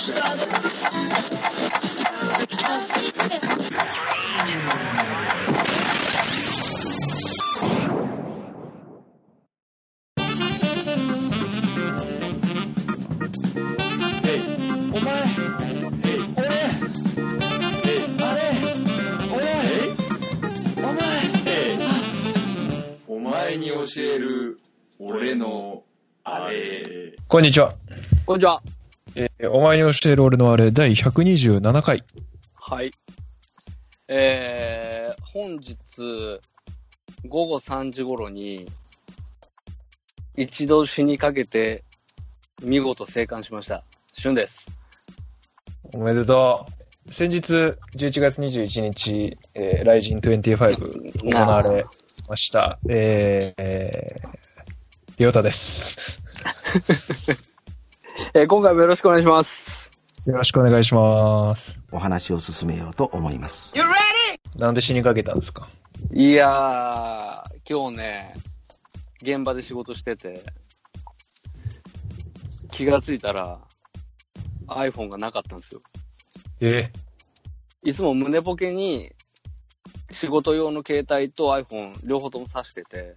お前に教える俺のあれ。 こんにちは。 こんにちは。 お前に教える俺のあれ第127回。 はい。本日午後3時頃に一度死にかけて見事生還しました。俊です。 おめでとう。先日11月21日、ライジン25行われました。りょうたです。 今回もよろしくお願いします。 よろしくお願いします。 お話を進めようと思います。 なんで死にかけたんですか？ いやー、今日ね、現場で仕事してて、気がついたら iPhone がなかったんですよ。いつも胸ポケに仕事用の携帯と iPhone 両方とも挿してて、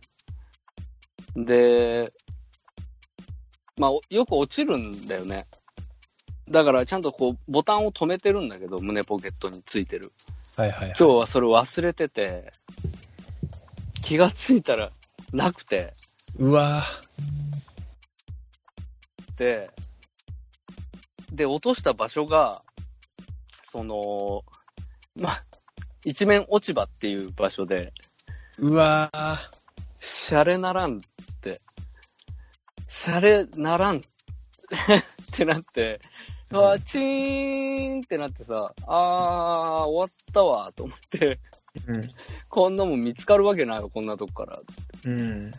で、まあよく落ちるんだよね。だからちゃんとこうボタンを止めてるんだけど、胸ポケットについてる。 はいはいはい。 今日はそれ忘れてて、気がついたらなくて。 うわで、落とした場所が、一面落ち葉っていう場所で、 うわシャレならんっつって、シャレならんってなって、チーンってなってさ、終わったわと思って、こんなもん見つかるわけないよ、こんなとこからつって。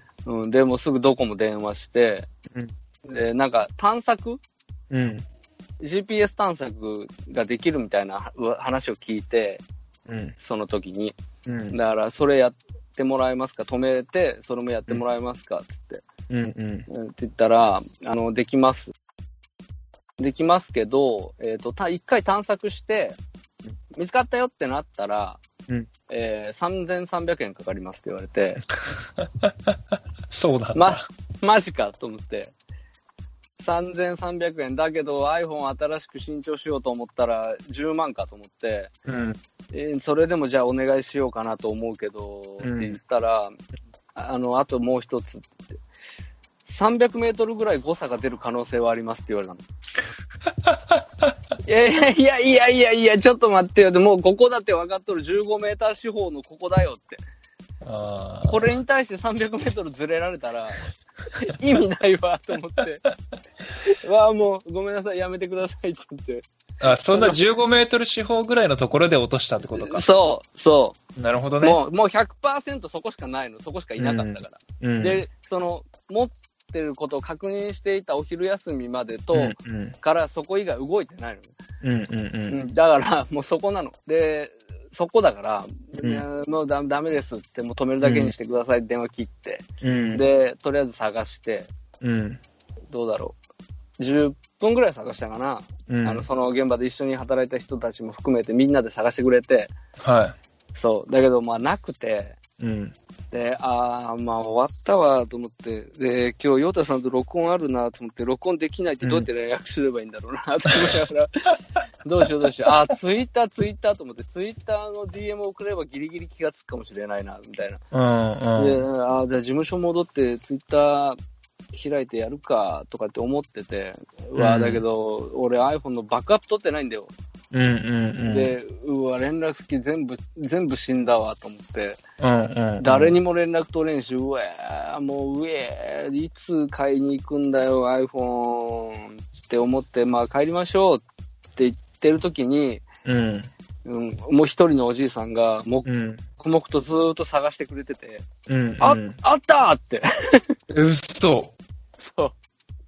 でもすぐどこも電話して、で、なんか探索GPS 探索ができるみたいな話を聞いて、その時に、だからそれやってもらえますか、止めてそれもやってもらえますかつって、って言ったらできますけど、一回探索して見つかったよってなったら、3300円かかりますって言われてそうなんだ。 マジかと思って、3300円だけど iPhone 新しく新調しようと思ったら10万かと思って、それでもじゃあお願いしようかなと思うけど、って言ったら、あともう一つって300メートルぐらい誤差が出る可能性はありますって言われたの。いや、ちょっと待ってよ。もうここだって分かっとる15メーター四方のここだよって。これに対して300メートルずれられたら意味ないわと思って。もうごめんなさい、やめてくださいって言って。 そんな15メートル四方ぐらいのところで落としたってことか。 そう。 なるほどね。 もう 100% そこしかないの。そこしかいなかったから。で、持ってることを確認していたお昼休みまでからそこ以外動いてないの。だからもうそこなの。で、そこだから、もうダメですってってもう止めるだけにしてくださいって電話切って、で、とりあえず探して、どうだろう。10分ぐらい探したかな。その現場で一緒に働いた人たちも含めてみんなで探してくれて、そう。だけど、なくて、で、終わったわと思って、で、今日、ヨータさんと録音あるなと思って、録音できないってどうやって連絡すればいいんだろうなと思いながら、どうしよう。ツイッターと思って、ツイッターの DM を送ればギリギリ気がつくかもしれないな、みたいな。で、じゃあ事務所戻ってツイッター開いてやるか、とかって思ってて、だけど、俺 iPhone のバックアップ取ってないんだよ。で、連絡先全部死んだわと思って、誰にも連絡取れんし、いつ買いに行くんだよ iPhone って思って、帰りましょうって言ってる時に、もう一人のおじいさんが黙々とずーっと探してくれてて、あったーって嘘。 そう、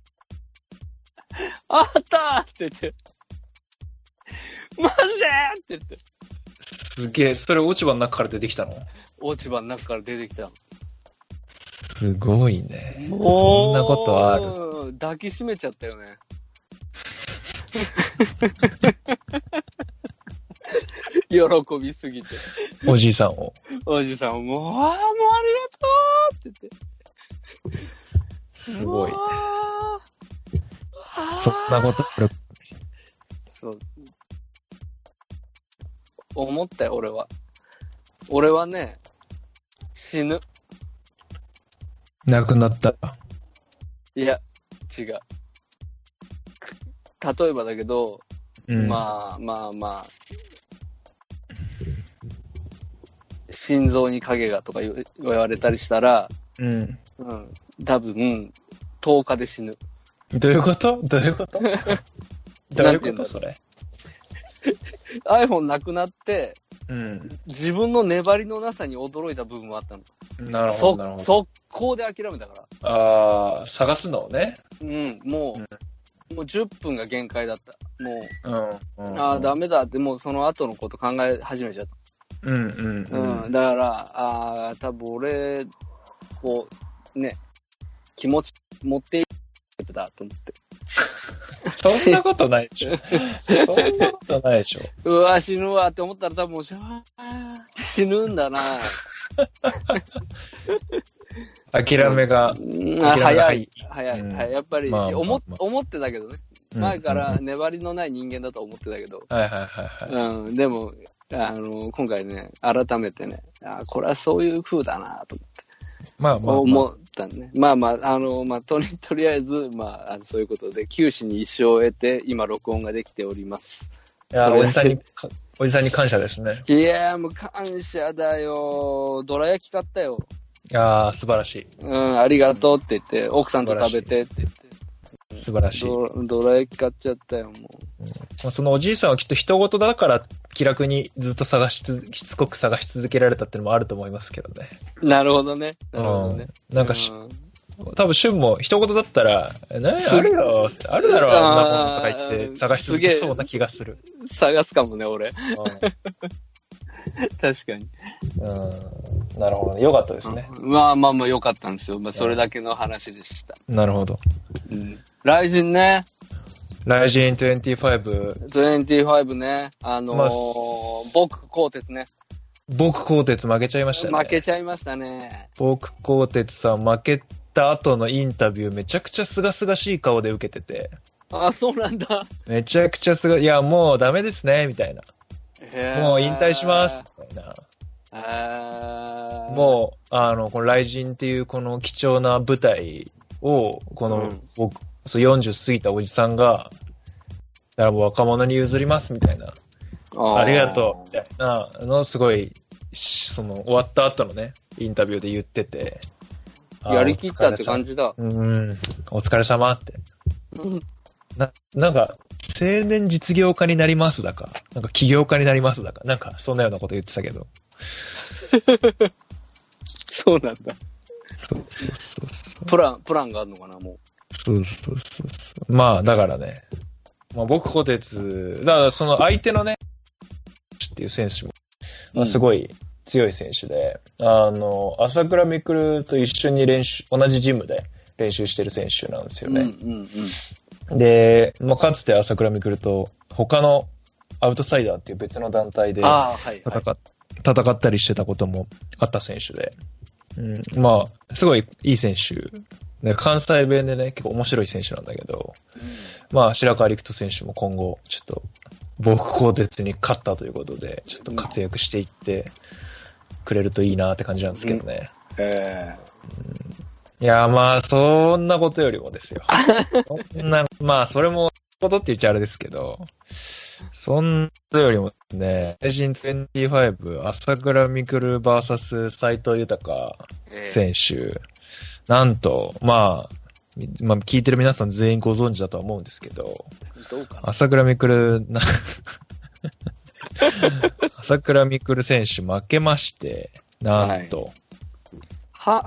あったーって言って、マジでって言って。 すげえ、それ落ち葉の中から出てきたの？ 落ち葉の中から出てきたの。 すごいね。そんなことある。 抱きしめちゃったよね。 喜びすぎて。 おじいさんを。 おじさんもう、ありがとうって言って。 すごい。そんなこと、 そう。思ったよ、俺は。俺はね、死ぬ。 亡くなった。 いや、違う。例えばだけど、まあ、心臓に影がとか言われたりしたら、多分、10日で死ぬ。 どういうことどういうことどういうことそれ。 iPhone なくなって、自分の粘りのなさに驚いた部分もあったの。 なるほど、なるほど。 速攻で諦めたから。 ああ、探すのをね。 もう10分が限界だった。もう、ダメだって、もうその後のこと考え始めちゃった。だから、多分俺、こう、ね、気持ち持っていってたと思って。 そんなことないでしょ。そんなことないでしょ。 うわ、死ぬわって思ったら多分もう死ぬんだな。 諦めが早い。やっぱり、思ってたけどね。前から粘りのない人間だと思ってたけど。でも、今回ね、改めてね、これはそういう風だなと思って。思ったね。とりあえず、そういうことで、九死に一生を得て、今、録音ができております。 いや、おじさんに感謝ですね。 いや、もう感謝だよ。どら焼き買ったよ。 ああ、素晴らしい。 ありがとうって言って、奥さんと食べてって言って。 素晴らしい。 どら焼き買っちゃったよ、もう。そのおじいさんはきっと人事だから気楽にずっとしつこく探し続けられたっていうのもあると思いますけどね。 なるほどね。 なんか多分、旬も人事だったら、あるよ、あるだろう、とか言って探し続けそうな気がする。 探すかもね、俺。確かに。 なるほどね。よかったですね。 よかったんですよ。それだけの話でした。 なるほど。 ライジンね。 ライジン25。 25ね。僕、鋼鉄ね。 僕、鋼鉄負けちゃいましたね。 負けちゃいましたね。 僕、鋼鉄さん負けた後のインタビューめちゃくちゃすがすがしい顔で受けてて。 あ、そうなんだ。 めちゃくちゃいや、もうダメですね、みたいな。もう引退します、みたいな。もう、この雷神っていうこの貴重な舞台を、僕、40過ぎたおじさんが、だからもう若者に譲ります、みたいな。ありがとう、みたいなすごい、終わった後のね、インタビューで言ってて。 やりきったって感じだ。 お疲れ様って。なんか、青年実業家になりますだか、なんか起業家になりますだか、なんかそんなようなこと言ってたけど。 そうなんだ。 そう。 プランがあるのかな、もう。 そう。だからね。僕、鋼鉄、だからその相手のね、っていう選手も、すごい強い選手で、朝倉未来と一緒に同じジムで練習してる選手なんですよね。で、かつて朝倉未来と他のアウトサイダーっていう別の団体で戦ったりしてたこともあった選手で、すごいいい選手で、関西弁でね、結構面白い選手なんだけど、白川陸斗選手も今後ちょっと僕鋼鉄に勝ったということで、ちょっと活躍していってくれるといいなって感じなんですけどね。いや、そんなことよりもですよ。それも、ことって言っちゃあれですけど、そんなよりもね、レジン25、朝倉未来 VS 斉藤豊選手、なんと、聞いてる皆さん全員ご存知だとは思うんですけど、朝倉未来、朝倉未来選手負けまして、なんと、 判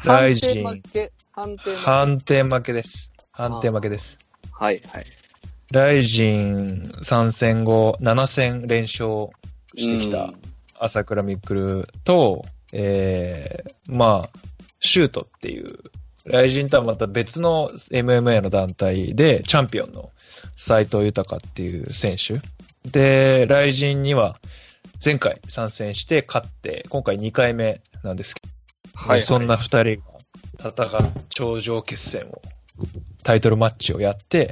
定負けです。 判定負けです。 はい。 ライジン3戦後7戦連勝してきた朝倉未来と、シュートっていう雷神とはまた別の MMA の団体で、チャンピオンの斉藤豊っていう選手。で、雷神には前回参戦して勝って、今回2回目なんですけど、はいはい、そんな2人が戦う頂上決戦を、タイトルマッチをやって、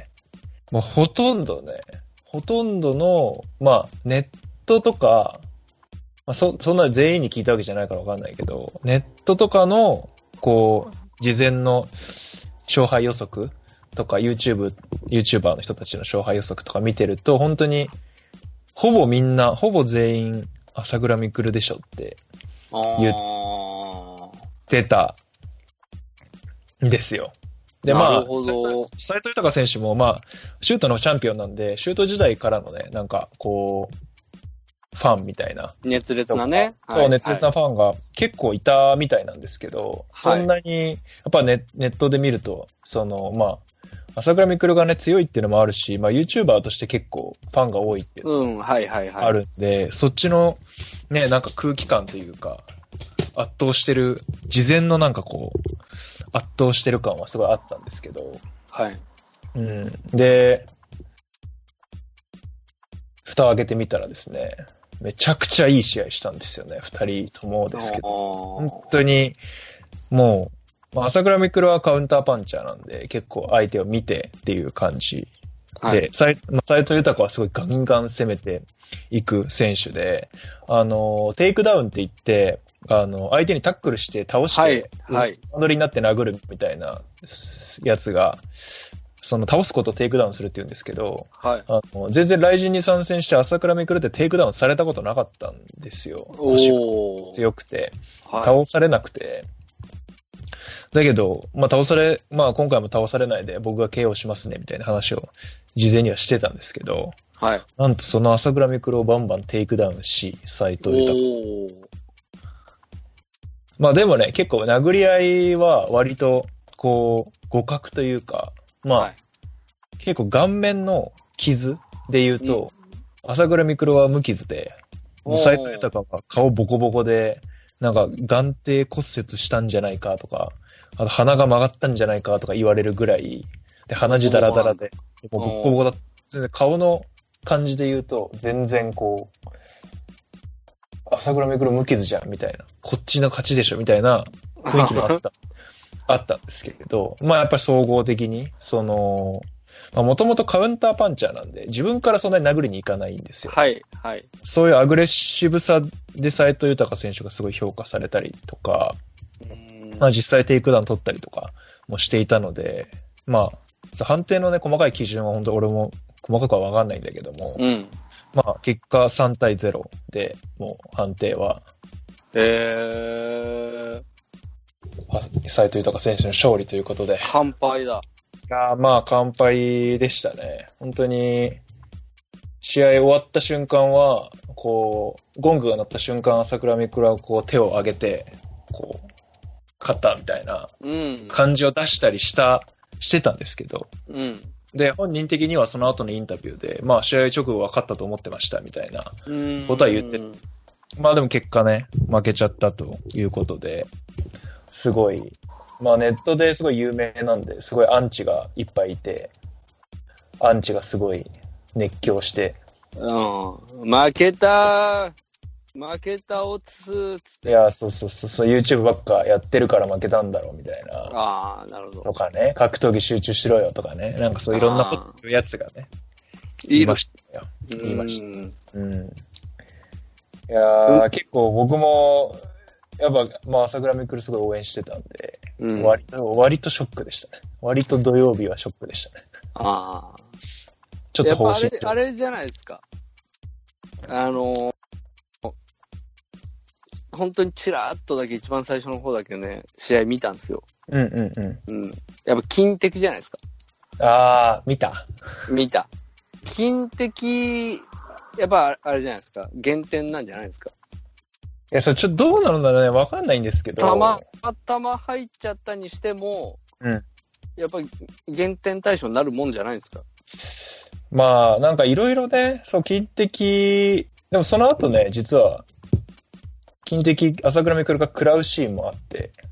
もうほとんどの、まあ、ネットとか、まあ、そんな全員に聞いたわけじゃないからわかんないけど、ネットとかの、こう、事前の勝敗予測とか、YouTuber の人たちの勝敗予測とか見てると、本当に、ほぼ全員、朝倉未来でしょって言ってたんですよ。で、まあ、斉藤豊選手も、まあ、シュートのチャンピオンなんで、シュート時代からのね、なんか、こう、ファンみたいな。 熱烈なね。 そう、熱烈なファンが結構いたみたいなんですけど、そんなに、やっぱネットで見ると、まあ、朝倉未来がね、強いっていうのもあるし、まあ、YouTuber として結構ファンが多いっていうのがあるんで、そっちの、ね、なんか空気感というか、圧倒してる、事前のなんかこう、圧倒してる感はすごいあったんですけど、 はい。 うん。で、蓋を開けてみたらですね、めちゃくちゃいい試合したんですよね、二人ともですけど。本当に、もう、朝倉未来はカウンターパンチャーなんで、結構相手を見てっていう感じで、はい、斉藤豊はすごいガンガン攻めていく選手で、テイクダウンって言って、相手にタックルして倒して、はい、乗りになって殴るみたいなやつが、倒すことをテイクダウンするって言うんですけど、はい、全然雷神に参戦して朝倉未来ってテイクダウンされたことなかったんですよ。強くて、はい、倒されなくて。だけど、まあ今回も倒されないで僕が KO しますねみたいな話を事前にはしてたんですけど、はい、なんとその朝倉未来をバンバンテイクダウンし、斉藤豊。まあでもね、結構殴り合いは割とこう互角というか、まあ、はい、結構顔面の傷で言うと、朝倉未来は無傷で、斉藤豊が顔ボコボコで、なんか眼底骨折したんじゃないかとか、あと鼻が曲がったんじゃないかとか言われるぐらい、で鼻血ダラダラで、もうボコボコだ。全然顔の感じで言うと、全然こう、朝倉未来無傷じゃんみたいな、こっちの勝ちでしょみたいな雰囲気もあったんですけれど、まあやっぱり総合的に、もともとカウンターパンチャーなんで、自分からそんなに殴りに行かないんですよ。 はい、はい。 そういうアグレッシブさで斉藤豊選手がすごい評価されたりとか、まあ実際テイクダウン取ったりとかもしていたので、まあ、判定のね、細かい基準は本当俺も細かくはわかんないんだけども、まあ結果3対0で、もう判定は、斉藤豊選手の勝利ということで。 完敗だ。 まあ完敗でしたね。本当に、試合終わった瞬間は、こう、ゴングが鳴った瞬間、朝倉未来はこう手を上げて、こう、勝ったみたいな感じを出したりしてたんですけど、で、本人的にはその後のインタビューで、まあ試合直後は勝ったと思ってましたみたいなことは言って、まあでも結果ね、負けちゃったということで、すごい、まあネットですごい有名なんで、すごいアンチがいっぱいいて、アンチがすごい熱狂して。 負けたおつつって。 いや、そう、YouTube ばっかやってるから負けたんだろうみたいな。 なるほど。 とかね、格闘技集中しろよとかね、なんかそういろんなこと言うやつがね、言いましたよ。言いました。いやー、結構僕も、やっぱ、まあ、朝倉未来すごい応援してたんで、割とショックでしたね。割と土曜日はショックでしたね。ちょっと方針。 あれじゃないですか。本当にチラーっとだけ一番最初の方だけね、試合見たんですよ。やっぱ金敵じゃないですか。 見た。 金敵、やっぱあれじゃないですか。減点なんじゃないですか。 いや、それちょっとどうなるんだろうね。わかんないんですけど。 たま入っちゃったにしても、やっぱり減点対象になるもんじゃないですか。 まあ、なんかいろいろね、そう、金敵、でもその後ね、実は、金敵、朝倉未来が食らうシーンもあって、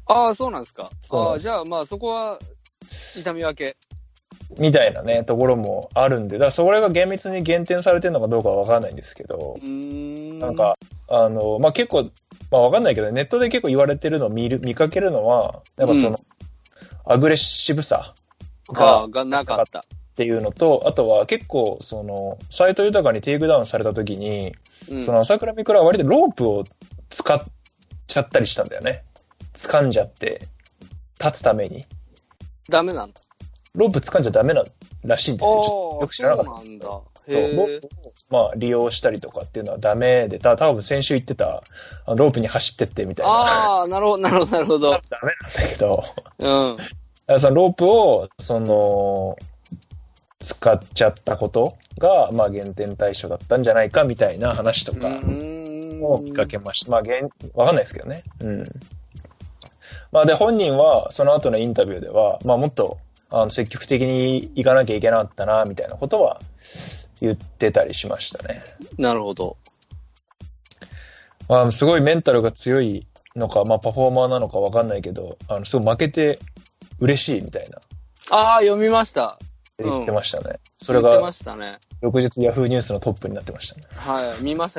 ああ、そうなんですか。 そうなんです。 じゃあまあそこは、痛み分け。 みたいなね、ところもあるんで、だからそれが厳密に減点されてるのかどうかはわかんないんですけど、なんか、まあ、結構、まあ、わかんないけど、ネットで結構言われてるのを見かけるのは、やっぱその、アグレッシブさがなかった。 っていうのと、あとは結構、その、斎藤豊にテイクダウンされた時に、その朝倉未来は割とロープを使っちゃったりしたんだよね。掴んじゃって、立つために。 ダメなの？ ロープ掴んじゃダメならしいんですよ。よく知らなかった。 そうなんだ。 そう、ロープを、まあ、利用したりとかっていうのはダメで、多分先週言ってた、ロープに走ってってみたいな。 ああ、なるほど。 ダメなんだけど、そのロープを、その、使っちゃったことが、まあ、減点対象だったんじゃないかみたいな話とかを見かけました。まあ、わかんないですけどね。まあ、で、本人は、その後のインタビューでは、まあ、もっと、積極的に行かなきゃいけなかったな、みたいなことは言ってたりしましたね。 なるほど。 まあ、すごいメンタルが強いのか、まあ、パフォーマーなのかわかんないけど、すごい負けて嬉しいみたいな。 ああ、読みました。 言ってましたね。それが、 言ってましたね。 翌日ヤフーニュースのトップになってましたね。 はい、見ました。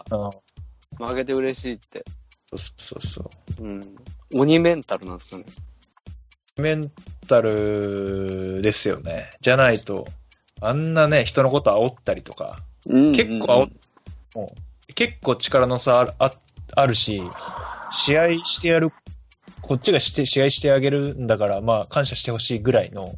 負けて嬉しいって。 そう。 鬼メンタルなんですかね。 メンタルですよね。じゃないと、あんなね、人のこと煽ったりとか、結構力の差あるし、試合してやる、こっちが試合してあげるんだから、まあ感謝してほしいぐらいの、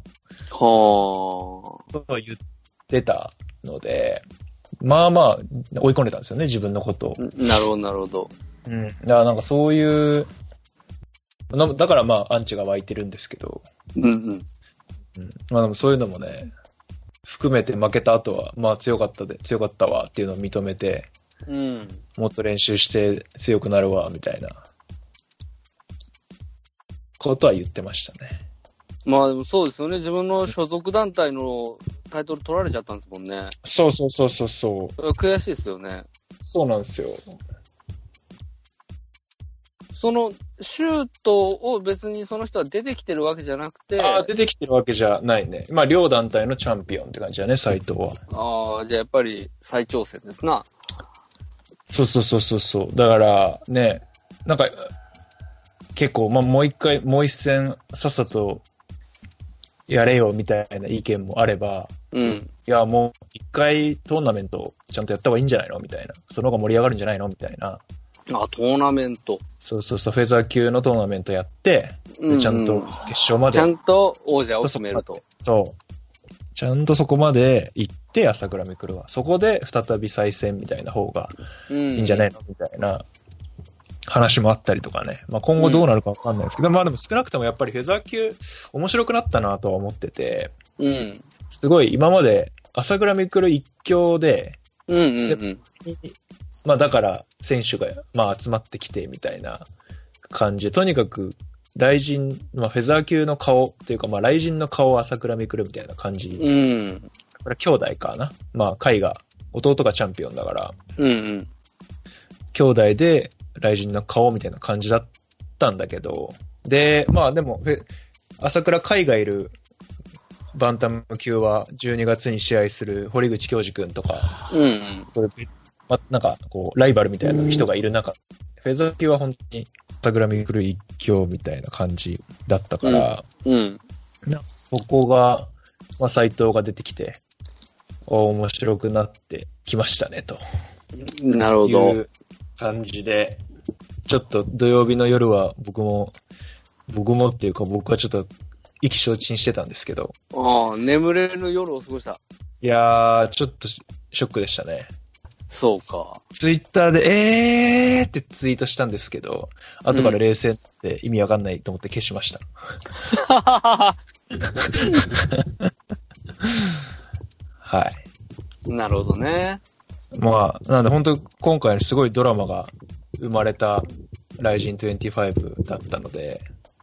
ことを言ってたので、まあまあ追い込んでたんですよね、自分のことを。 なるほど。 だからなんかそういう、だからまあアンチが湧いてるんですけど、まあでもそういうのもね、含めて負けた後は、まあ強かったわっていうのを認めて、もっと練習して強くなるわみたいなことは言ってましたね。 まあでもそうですよね。自分の所属団体のタイトル取られちゃったんですもんね。 そう。 悔しいですよね。 そうなんですよ。 そのシュートを別にその人は出てきてるわけじゃなくて。 出てきてるわけじゃないね。まあ両団体のチャンピオンって感じだね、斎藤は。 じゃあやっぱり再挑戦ですな。 そう。だからね、なんか結構、まあもう一戦さっさとやれよみたいな意見もあれば、いやもう一回トーナメントちゃんとやった方がいいんじゃないのみたいな。その方が盛り上がるんじゃないのみたいな。 トーナメント。 そう、フェザー級のトーナメントやって、ちゃんと決勝まで。 ちゃんと王者を決めると。 そう。ちゃんとそこまで行って、朝倉未来は。そこで再び再戦みたいな方がいいんじゃないのみたいな話もあったりとかね。まあ今後どうなるかわかんないですけど、まあでも少なくともやっぱりフェザー級面白くなったなとは思ってて、すごい今まで朝倉未来一強で、まあだから選手がまあ集まってきてみたいな感じで、とにかく雷神、まあフェザー級の顔というかまあ雷神の顔朝倉未来みたいな感じ。これ兄弟かな。まあ海が弟がチャンピオンだから、兄弟で雷神の顔みたいな感じだったんだけど、でまあでも朝倉海がいるバンタム級は12月に試合する堀口恭司くんとか、なんかこうライバルみたいな人がいる中、フェザー級は本当に朝倉未来一強みたいな感じだったから、そこが、まあ、斎藤が出てきて面白くなってきましたねと。 なるほど。 いう感じで、ちょっと土曜日の夜は僕もっていうか僕はちょっと意気消沈してたんですけど。 眠れぬ夜を過ごした。 いやー、ちょっとショックでしたね。 そうか。 ツイッターで、ってツイートしたんですけど、後から冷静って意味わかんないと思って消しました。はい。 なるほどね。 まあ、なんで本当今回すごいドラマが生まれたライジン25だったので、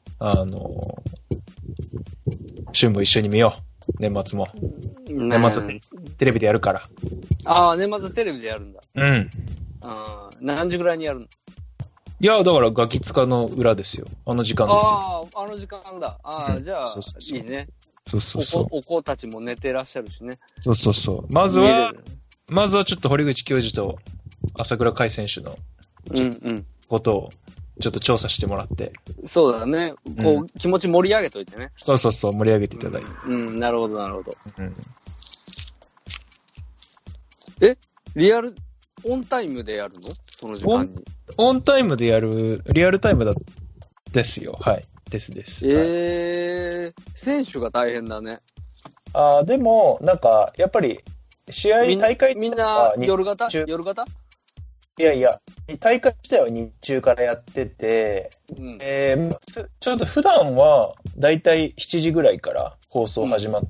旬も一緒に見よう。年末も。年末テレビでやるから。 年末テレビでやるんだ。何時ぐらいにやるの？ いや、だからガキ使の裏ですよ。あの時間ですよ。 ああ、あの時間だ。ああ、じゃあ、 そうそうそういいね。 そうそうそう。 お子たちも寝てらっしゃるしね。 そうそうそう。まずはちょっと堀口教授と朝倉海選手のことをちょっと調査してもらって。 そうだね。こう、気持ち盛り上げといてね。 そうそうそう、盛り上げていただいて。 なるほど、なるほど。え、リアル、オンタイムでやるの？その時間に。 オンタイムでやる、リアルタイムですよ。はい。です。 選手が大変だね。 でも、なんか、やっぱり、大会みんな夜型いや、大会自体は日中からやってて、ちょっと普段は、だいたい7時ぐらいから放送始まって、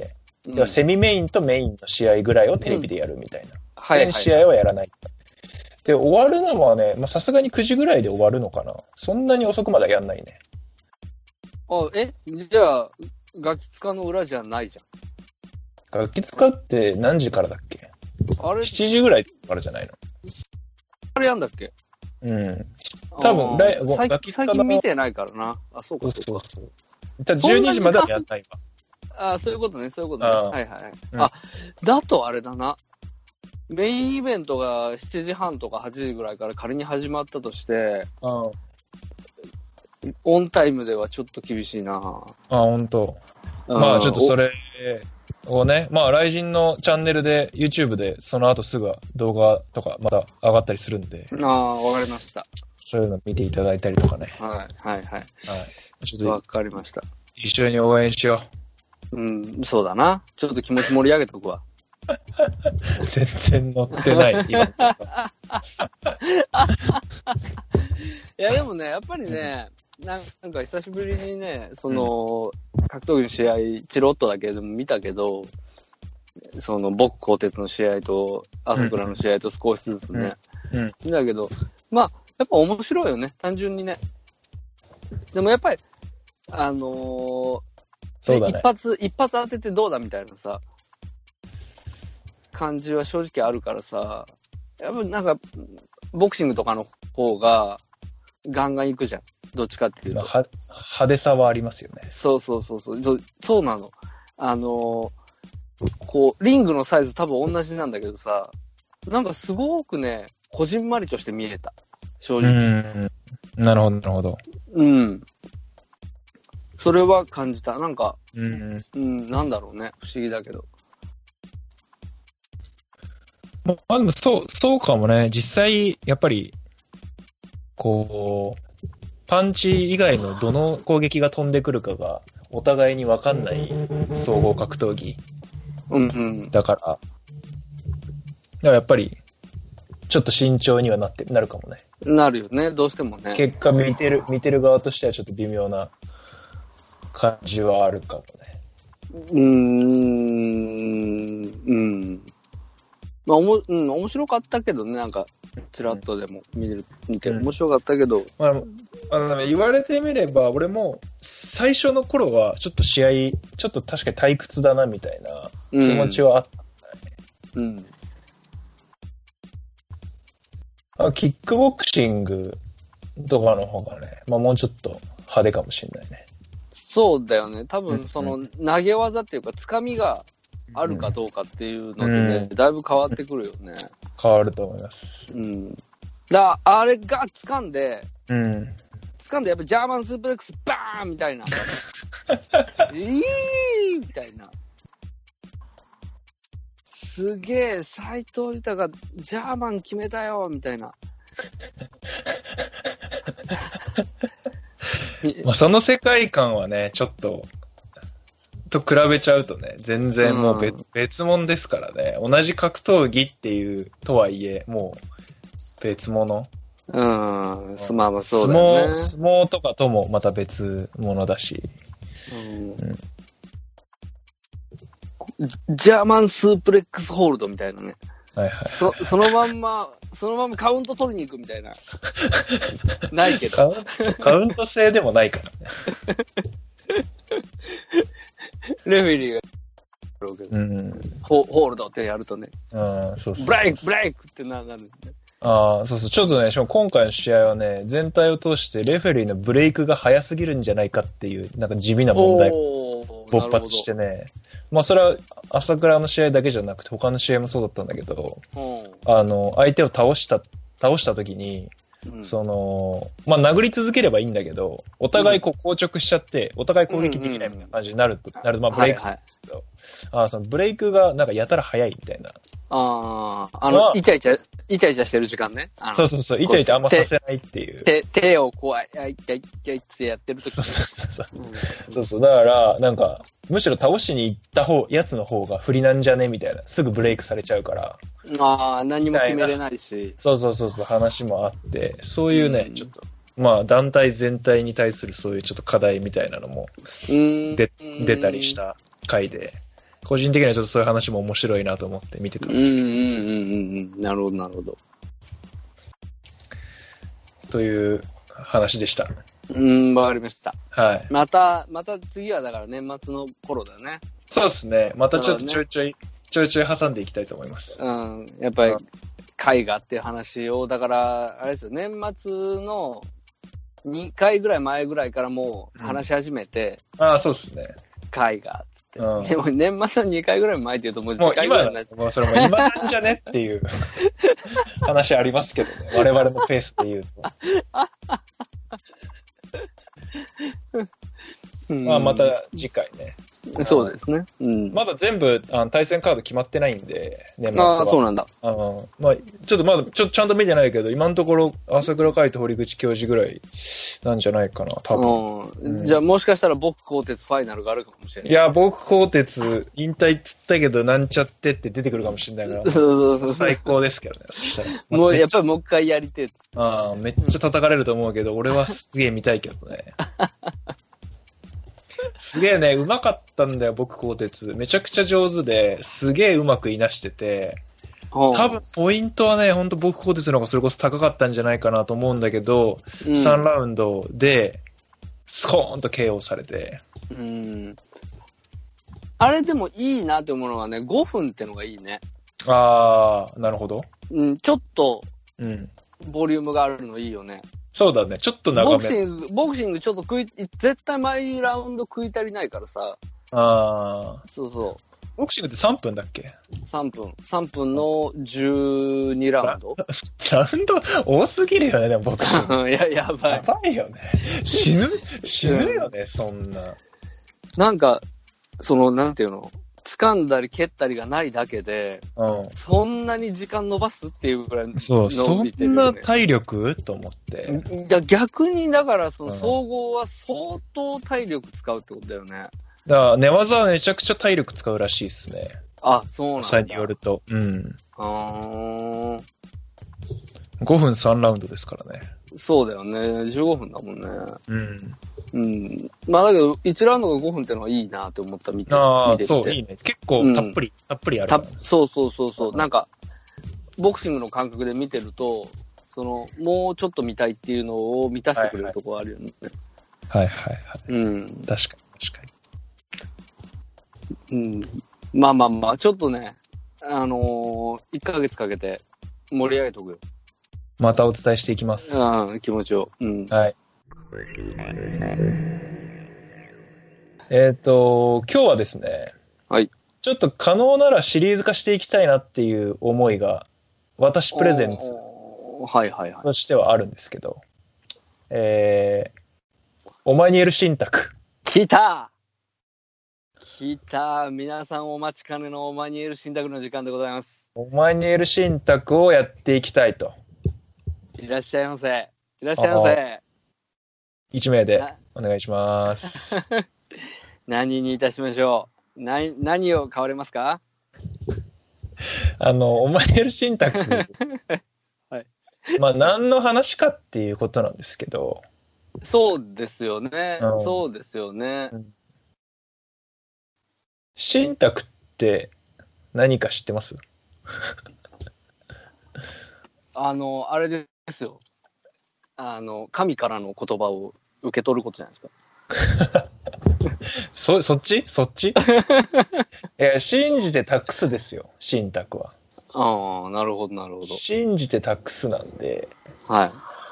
セミメインとメインの試合ぐらいをテレビでやるみたいな。全試合はやらない。で、終わるのはね、さすがに9時ぐらいで終わるのかな。そんなに遅くまでやんないね。 じゃあ、ガキ使の裏じゃないじゃん。 ガキ使って何時からだっけ？ あれ ?7 時ぐらいからじゃないの？ あれやんだっけ？ 多分、 最近見てないからな。そうか。 そう。12時まではやんないわ。そういうことね。はい。だとあれだな。メインイベントが7時半とか8時ぐらいから仮に始まったとして、オンタイムではちょっと厳しいな。 本当。ちょっとそれをね、雷神のチャンネルで、YouTube でその後すぐ動画とかまた上がったりするんで。 わかりました。 そういうの見ていただいたりとかね。 はい。 ちょっとわかりました。 一緒に応援しよう。そうだな。ちょっと気持ち盛り上げとくわ。 全然乗ってない。いや、でもね、やっぱりね、なんか久しぶりにね、その、格闘技の試合、チロッとだけでも見たけど、その、僕、鋼鉄の試合と、朝倉の試合と少しずつね。見たけど、やっぱ面白いよね、単純にね。でもやっぱり、 そうだね、 一発当ててどうだみたいなさ、感じは正直あるからさ、やっぱなんか、ボクシングとかの方が、ガンガン行くじゃん。どっちかっていうと。 派手さはありますよね。 そうなの。こう、リングのサイズ多分同じなんだけどさ、なんかすごくね、こじんまりとして見えた。正直。 なるほど。 それは感じた。なんか、なんだろうね。不思議だけど。 でもそうかもね。実際、やっぱり、こう、パンチ以外のどの攻撃が飛んでくるかが、お互いに分かんない総合格闘技。だからやっぱり、ちょっと慎重にはなるかもね。 なるよね。どうしてもね。 結果見てる側としてはちょっと微妙な感じはあるかもね。 面白かったけどね、なんか、ちらっとでも見て面白かったけど。 言われてみれば、俺も、最初の頃は、ちょっと試合、ちょっと確かに退屈だな、みたいな気持ちはあったんだね。キックボクシングとかの方がね、もうちょっと派手かもしれないね。 そうだよね。多分、その、投げ技っていうか、掴みが、あるかどうかっていうのでね、だいぶ変わってくるよね。 変わると思います。 あれが掴んで、やっぱジャーマンスープレックスバーンみたいな。みたいな。すげえ、斎藤豊ジャーマン決めたよみたいな。 その世界観はね、ちょっと、と比べちゃうとね、全然もう別物ですからね。同じ格闘技っていうとはいえ、もう別物。そうだよね。相撲とかともまた別物だし。 ジャーマンスープレックスホールドみたいなね。そのまんまカウント取りに行くみたいな。ないけど。 カウント制でもないからね。 レフェリーが、ホールドってやるとね。ブレイクってなるんで。 そうそう。ちょっとね、今回の試合はね、全体を通してレフェリーのブレイクが早すぎるんじゃないかっていう、なんか地味な問題が勃発してね。まあそれは朝倉の試合だけじゃなくて他の試合もそうだったんだけど、相手を倒した時に、まあ殴り続ければいいんだけど、お互いこう硬直しちゃって、お互い攻撃できないみたいな感じになると、まあブレイクするんですけど、そのブレイクがなんかやたら早いみたいな。 イチャイチャしてる時間ね。 そう、イチャイチャあんまさせないっていう。 手をこう、イチャイってやってる時。 そう。だから、なんか、むしろ倒しに行ったやつの方が不利なんじゃねみたいな。すぐブレイクされちゃうから。 何も決めれないし。 そう、話もあって、そういうね、ちょっと、まあ、団体全体に対するそういうちょっと課題みたいなのも、出たりした回で、個人的にはちょっとそういう話も面白いなと思って見てたんですけど。 なるほど。 という話でした。 わかりました。 はい。 また次はだから年末の頃だよね。 そうですね。またちょっとちょいちょい挟んでいきたいと思います。 やっぱり絵画っていう話を、だから、あれですよ、年末の2回ぐらい前ぐらいからもう話し始めて。 そうですね。 絵画。でも年末の2回ぐらい前って言うともう次回ぐらいになっちゃう。もうそれも今なんじゃねっていう話ありますけどね。我々のペースで言うと。また次回ね。 そうですね。 まだ全部対戦カード決まってないんで、年末は。 そうなんだ。 ちょっとまだちゃんと見てないけど、今のところ朝倉海と堀口教授ぐらいなんじゃないかな、多分。 じゃあもしかしたら僕鋼鉄ファイナルがあるかもしれない。 いや、僕鋼鉄引退っつったけどなんちゃってって出てくるかもしれないから。 そう。 最高ですけどね、そしたら。 もうやっぱりもう一回やりてえ。 めっちゃ叩かれると思うけど、俺はすげえ見たいけどね。すげえね、上手かったんだよ、僕鋼鉄。めちゃくちゃ上手で、すげえうまくいなしてて、多分ポイントはね、ほんと僕鋼鉄の方がそれこそ高かったんじゃないかなと思うんだけど、3ラウンドで、スコーンと KO されて。 あれでもいいなって思うのはね、5分ってのがいいね。 なるほど。 ちょっと、ボリュームがあるのいいよね。 そうだね、ちょっと長め。 ボクシングちょっと絶対毎ラウンド食い足りないからさ。そうそう。 ボクシングって3分だっけ ?3 分の12ラウンドラウンド多すぎるよね、でもボクシング。 やばい。 やばいよね。死ぬよね、そんな。 なんか、なんていうの掴んだり蹴ったりがないだけで、そんなに時間伸ばすっていうぐらいそう、そんな体力と思って。 いや、逆にだから、総合は相当体力使うってことだよね。 だから、寝技はめちゃくちゃ体力使うらしいですね。 そうなんだ。 さによると。5分3ラウンドですからね。 そうだよね。15分だもんね。まあだけど、1ラウンドが5分ってのはいいなって思った、見てて。 そう、いいね。結構たっぷりあるから、ね。 そう。なんか、ボクシングの感覚で見てると、もうちょっと見たいっていうのを満たしてくれるところあるよね。 確かに。 まあ、ちょっとね、1ヶ月かけて盛り上げとくよ。 またお伝えしていきます。 気持ちを。 はい。今日はですね、ちょっと可能ならシリーズ化していきたいなっていう思いが、私プレゼンツとしてはあるんですけど、オマニエル信託。 来た皆さんお待ちかねのオマニエル信託の時間でございます。 オマニエル信託をやっていきたいと。 いらっしゃいませ。1 名でお願いします。 何にいたしましょう。何を買われますか？ オマニエル信託。まあ何の話かっていうことなんですけど。 そうですよね。そうですよね。 信託って何か知ってます？ あれですよ。神からの言葉を受け取ることじゃないですか。そっち信じて託すですよ、信託は。 ああ、なるほど、なるほど。 信じて託すなんで、 はい。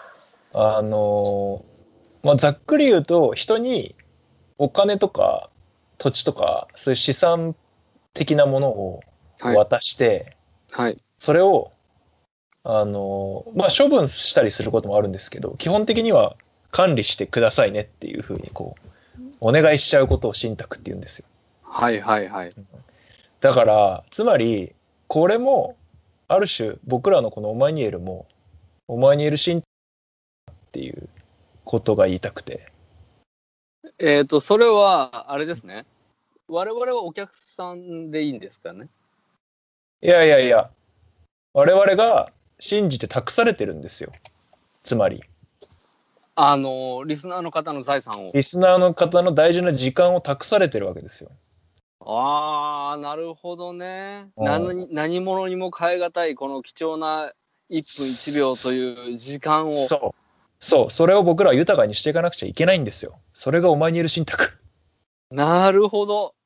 ざっくり言うと、人にお金とか土地とか、そういう資産的なものを渡して、 はい。 それを、処分したりすることもあるんですけど、基本的には管理してくださいねっていうふうに、お願いしちゃうことを信託って言うんですよ。 はいはいはい。 だから、つまり、これも、ある種、僕らのこのオマニエルも、オマニエル信託っていうことが言いたくて。 それは、あれですね。我々はお客さんでいいんですかね。 いやいやいや、我々が信じて託されてるんですよ。つまり。 リスナーの方の財産を。 リスナーの方の大事な時間を託されてるわけですよ。 ああ、なるほどね。何者にも代え難い、この貴重な1分1秒という時間を。 そう、それを僕らは豊かにしていかなくちゃいけないんですよ。それがオマニエル信託。 なるほど。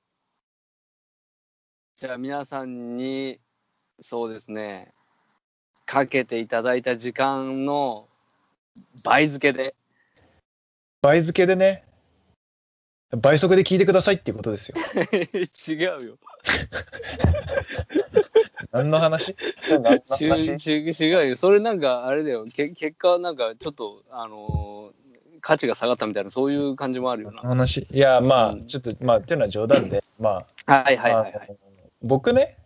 じゃあ皆さんに、そうですね、かけていただいた時間の倍付けで。 倍付けでね、倍速で聞いてくださいっていうことですよ。 違うよ。 何の話？ 違うよ。それなんかあれだよ。結果なんかちょっと価値が下がったみたいなそういう感じもあるよな。 話。いやちょっとっていうのは冗談ではい僕ね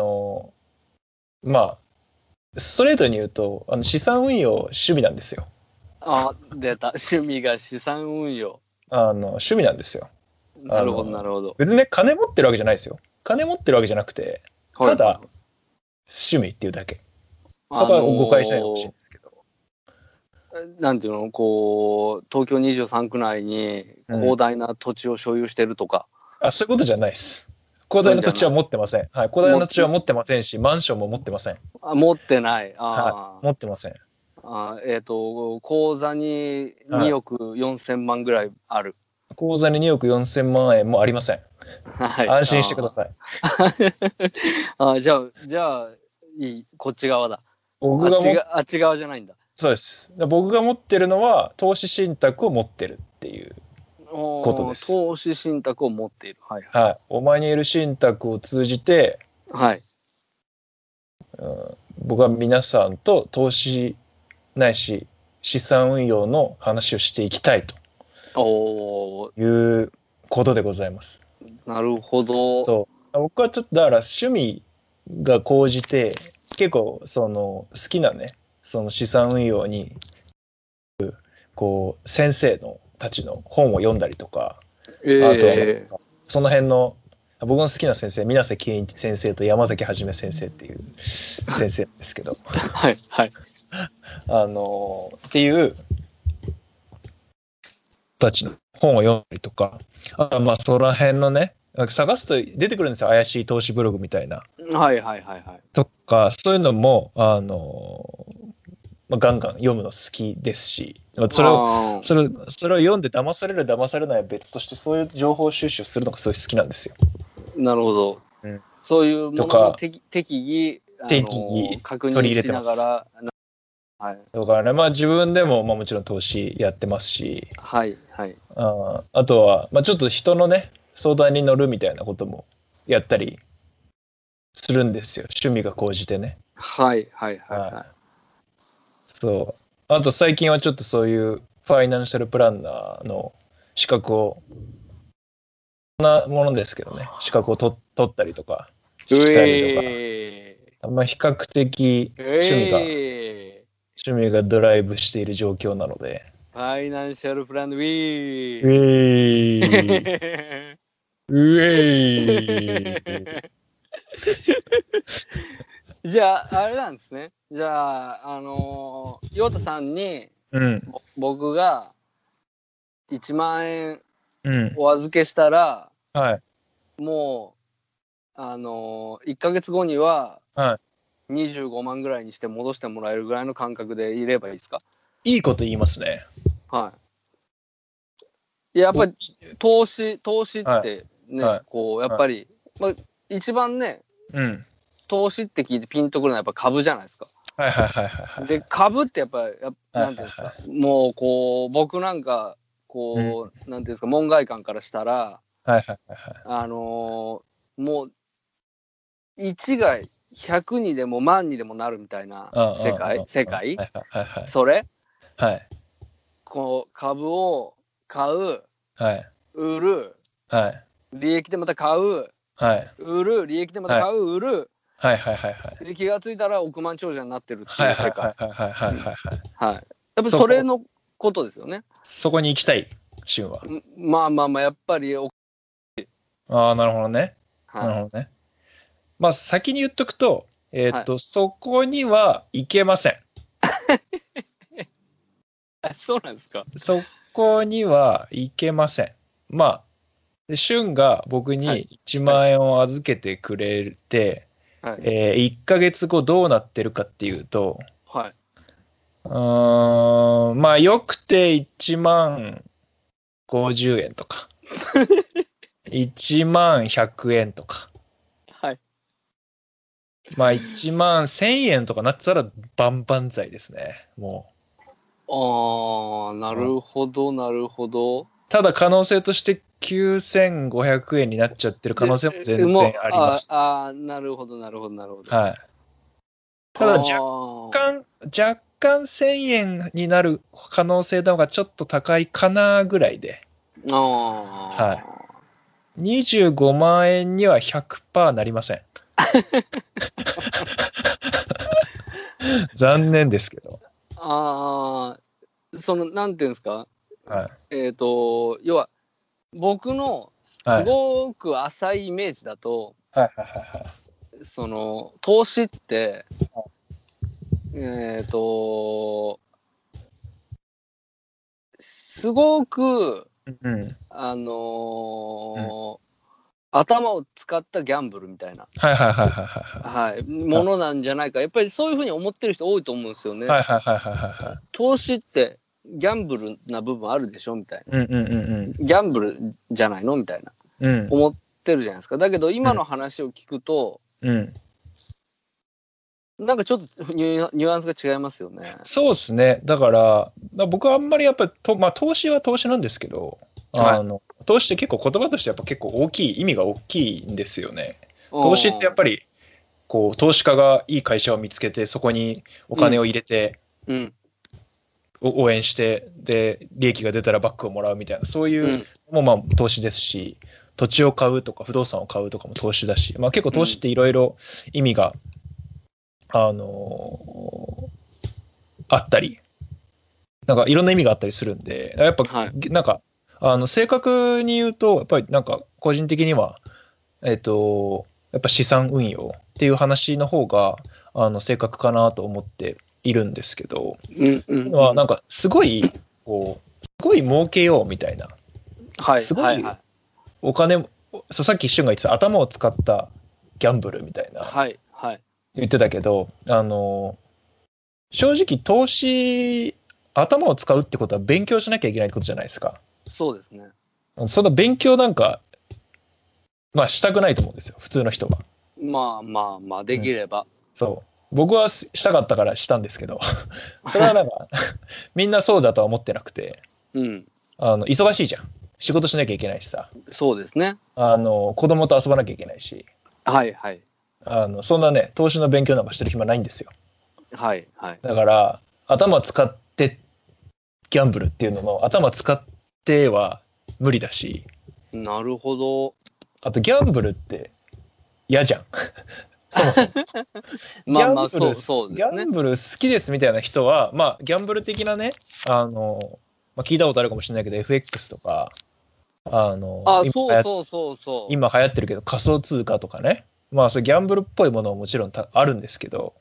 ストレートに言うと資産運用趣味なんですよ。 出た。趣味が資産運用。 趣味なんですよ。 なるほどなるほど。 別にね金持ってるわけじゃないですよ。金持ってるわけじゃなくて、ただ趣味っていうだけ。そこは誤解しないでほしいんですけど。 なんていうの、東京23区内に広大な土地を所有してるとか。 そういうことじゃないです。広大な土地は持ってません。はい、広大な土地は持ってませんし、マンションも持ってません。 持ってない。 持ってません。 口座に2億4000万ぐらいある。 口座に2億4000万円もありません。はい、安心してください。じゃあ、いい、こっち側だ。あっち側じゃないんだ。 そうです。僕が持ってるのは、投資信託を持ってるっていうことです。 投資信託を持っている。 はい。オマニエル信託を通じて、 はい。 僕は皆さんと投資ないし、資産運用の話をしていきたいということでございます。 なるほど。 そう。僕はちょっとだから趣味が高じて、結構好きなね、その資産運用に先生のたちの本を読んだりとか、あとはその辺の僕の好きな先生、水瀬健一先生と山崎はじめ先生っていう先生ですけどはいはいっていうたちの本を読んだりとか、その辺のね、探すと出てくるんですよ、怪しい投資ブログみたいな。 はい。 とか、そういうのも、ガンガン読むの好きですし、それを読んで騙される騙されないは別として、そういう情報収集するのがすごい好きなんですよ。 なるほど。そういうものの適宜確認しながら。 はい、だからね、自分でも、もちろん投資やってますし、 はい。 あとは、ちょっと人のね、相談に乗るみたいなこともやったりするんですよ。趣味が高じてね。 はい。 そう。あと最近はちょっとそういうファイナンシャルプランナーの資格を、そんなものですけどね、資格を取ったりとかしたりとか、比較的趣味がドライブしている状況なので。 ファイナンシャルプランナーじゃあ、あれなんですね。じゃあ、陽太さんに、僕が1万円お預けしたら、もう、1ヶ月後には、25万ぐらいにして戻してもらえるぐらいの感覚でいればいいですか？ いいこと言いますね。 はい。やっぱり投資ってね、やっぱり、一番ね、 投資って聞いてピンとくるのはやっぱ株じゃないですか。 はいはいはいはい。 で、株ってやっぱり、なんていうんですか、もうこう、僕なんか、こう、なんていうんですか、門外漢からしたら、 はいはいはい。 もう、1が100にでも万にでもなるみたいな世界はいはいはい。 それはい。 こう、株を買う、 はい。 売る、 はい。 利益でまた買う、 はい。 売る、利益でまた買う、売る、 はいはいはいはい。 で気がついたら億万長者になってるってはいいうはい世界。 はいはいはいはい。 はい。やっぱそれのことですよね。 そこに行きたい、旬は。 まあまあまあ、やっぱり、 ああ、なるほどね。 はい、 なるほどね。まあ、先に言っとくと、 はい、 そこには行けません。 そうなんですか。 そこには行けません。まあ、で旬が僕はいに1万円を預けてくれて、 はい、 1ヶ月後どうなってるかっていうと、 はい。 まあ、よくて1万50円とか、1万100円とか、 はい。 まあ、1万1000円とかなってたら万々歳ですね、もああ、なるほど、なるほど。 う。ただ可能性として9500円になっちゃってる可能性も全然あります。 なるほど、なるほど、なるほど。 はい。ただ若干1000円になる可能性の方がちょっと高いかなぐらいで。はい。25万円には 100% なりません。残念ですけど。 なんていうんですか、 はい。 要は、僕のすごく浅いイメージだと、 はいはいはいはい。 投資って、すごく、 うん、 頭を使ったギャンブルみたいな、 はいはいはいはいはい。 はい、ものなんじゃないか。やっぱりそういうふうに思ってる人多いと思うんですよね。 はいはいはいはいはい。 投資ってギャンブルな部分あるでしょみたいな。 うんうんうんうん。 ギャンブルじゃないのみたいな。 うん。 思ってるじゃないですか。だけど今の話を聞くと、 うん。 なんかちょっとニュアンスが違いますよね。 そうですね。だから、僕はあんまりやっぱりまあ、投資は投資なんですけど、投資って結構言葉としてやっぱ結構大きい、意味が大きいんですよね。投資ってやっぱり、こう、投資家がいい会社を見つけて、そこにお金を入れて、応援して、で、利益が出たらバックをもらうみたいな、そういうのもまあ投資ですし、土地を買うとか不動産を買うとかも投資だし、まあ結構投資っていろいろ意味が、あったり、なんかいろんな意味があったりするんで、やっぱ、なんか、正確に言うと、やっぱりなんか個人的には、やっぱ資産運用っていう話の方が、正確かなと思っているんですけど、なんかすごい、こう、すごい儲けようみたいな、すごいお金、さっき俊が言ってた頭を使ったギャンブルみたいな、言ってたけど、正直投資、頭を使うってことは勉強しなきゃいけないってことじゃないですか。 そうですね。 そんな勉強なんか、まあしたくないと思うんですよ、普通の人は。 まあまあまあ、できれば。 そう。僕はしたかったからしたんですけど、それはなんか、みんなそうだとは思ってなくて、忙しいじゃん。仕事しなきゃいけないしさ。 そうですね。 子供と遊ばなきゃいけないし。 はいはい。 そんなね、投資の勉強なんかしてる暇ないんですよ。 はいはい。 だから、頭使ってギャンブルっていうのも、頭使っては無理だし。 なるほど。 あと、ギャンブルって嫌じゃん。そもそも。 まあまあ、そうですね。 ギャンブル好きですみたいな人は、まあ、ギャンブル的なね、まあ、聞いたことあるかもしれないけど、FX とか、今流行ってるけど、仮想通貨とかね。まあ、そういうギャンブルっぽいものはもちろんあるんですけど。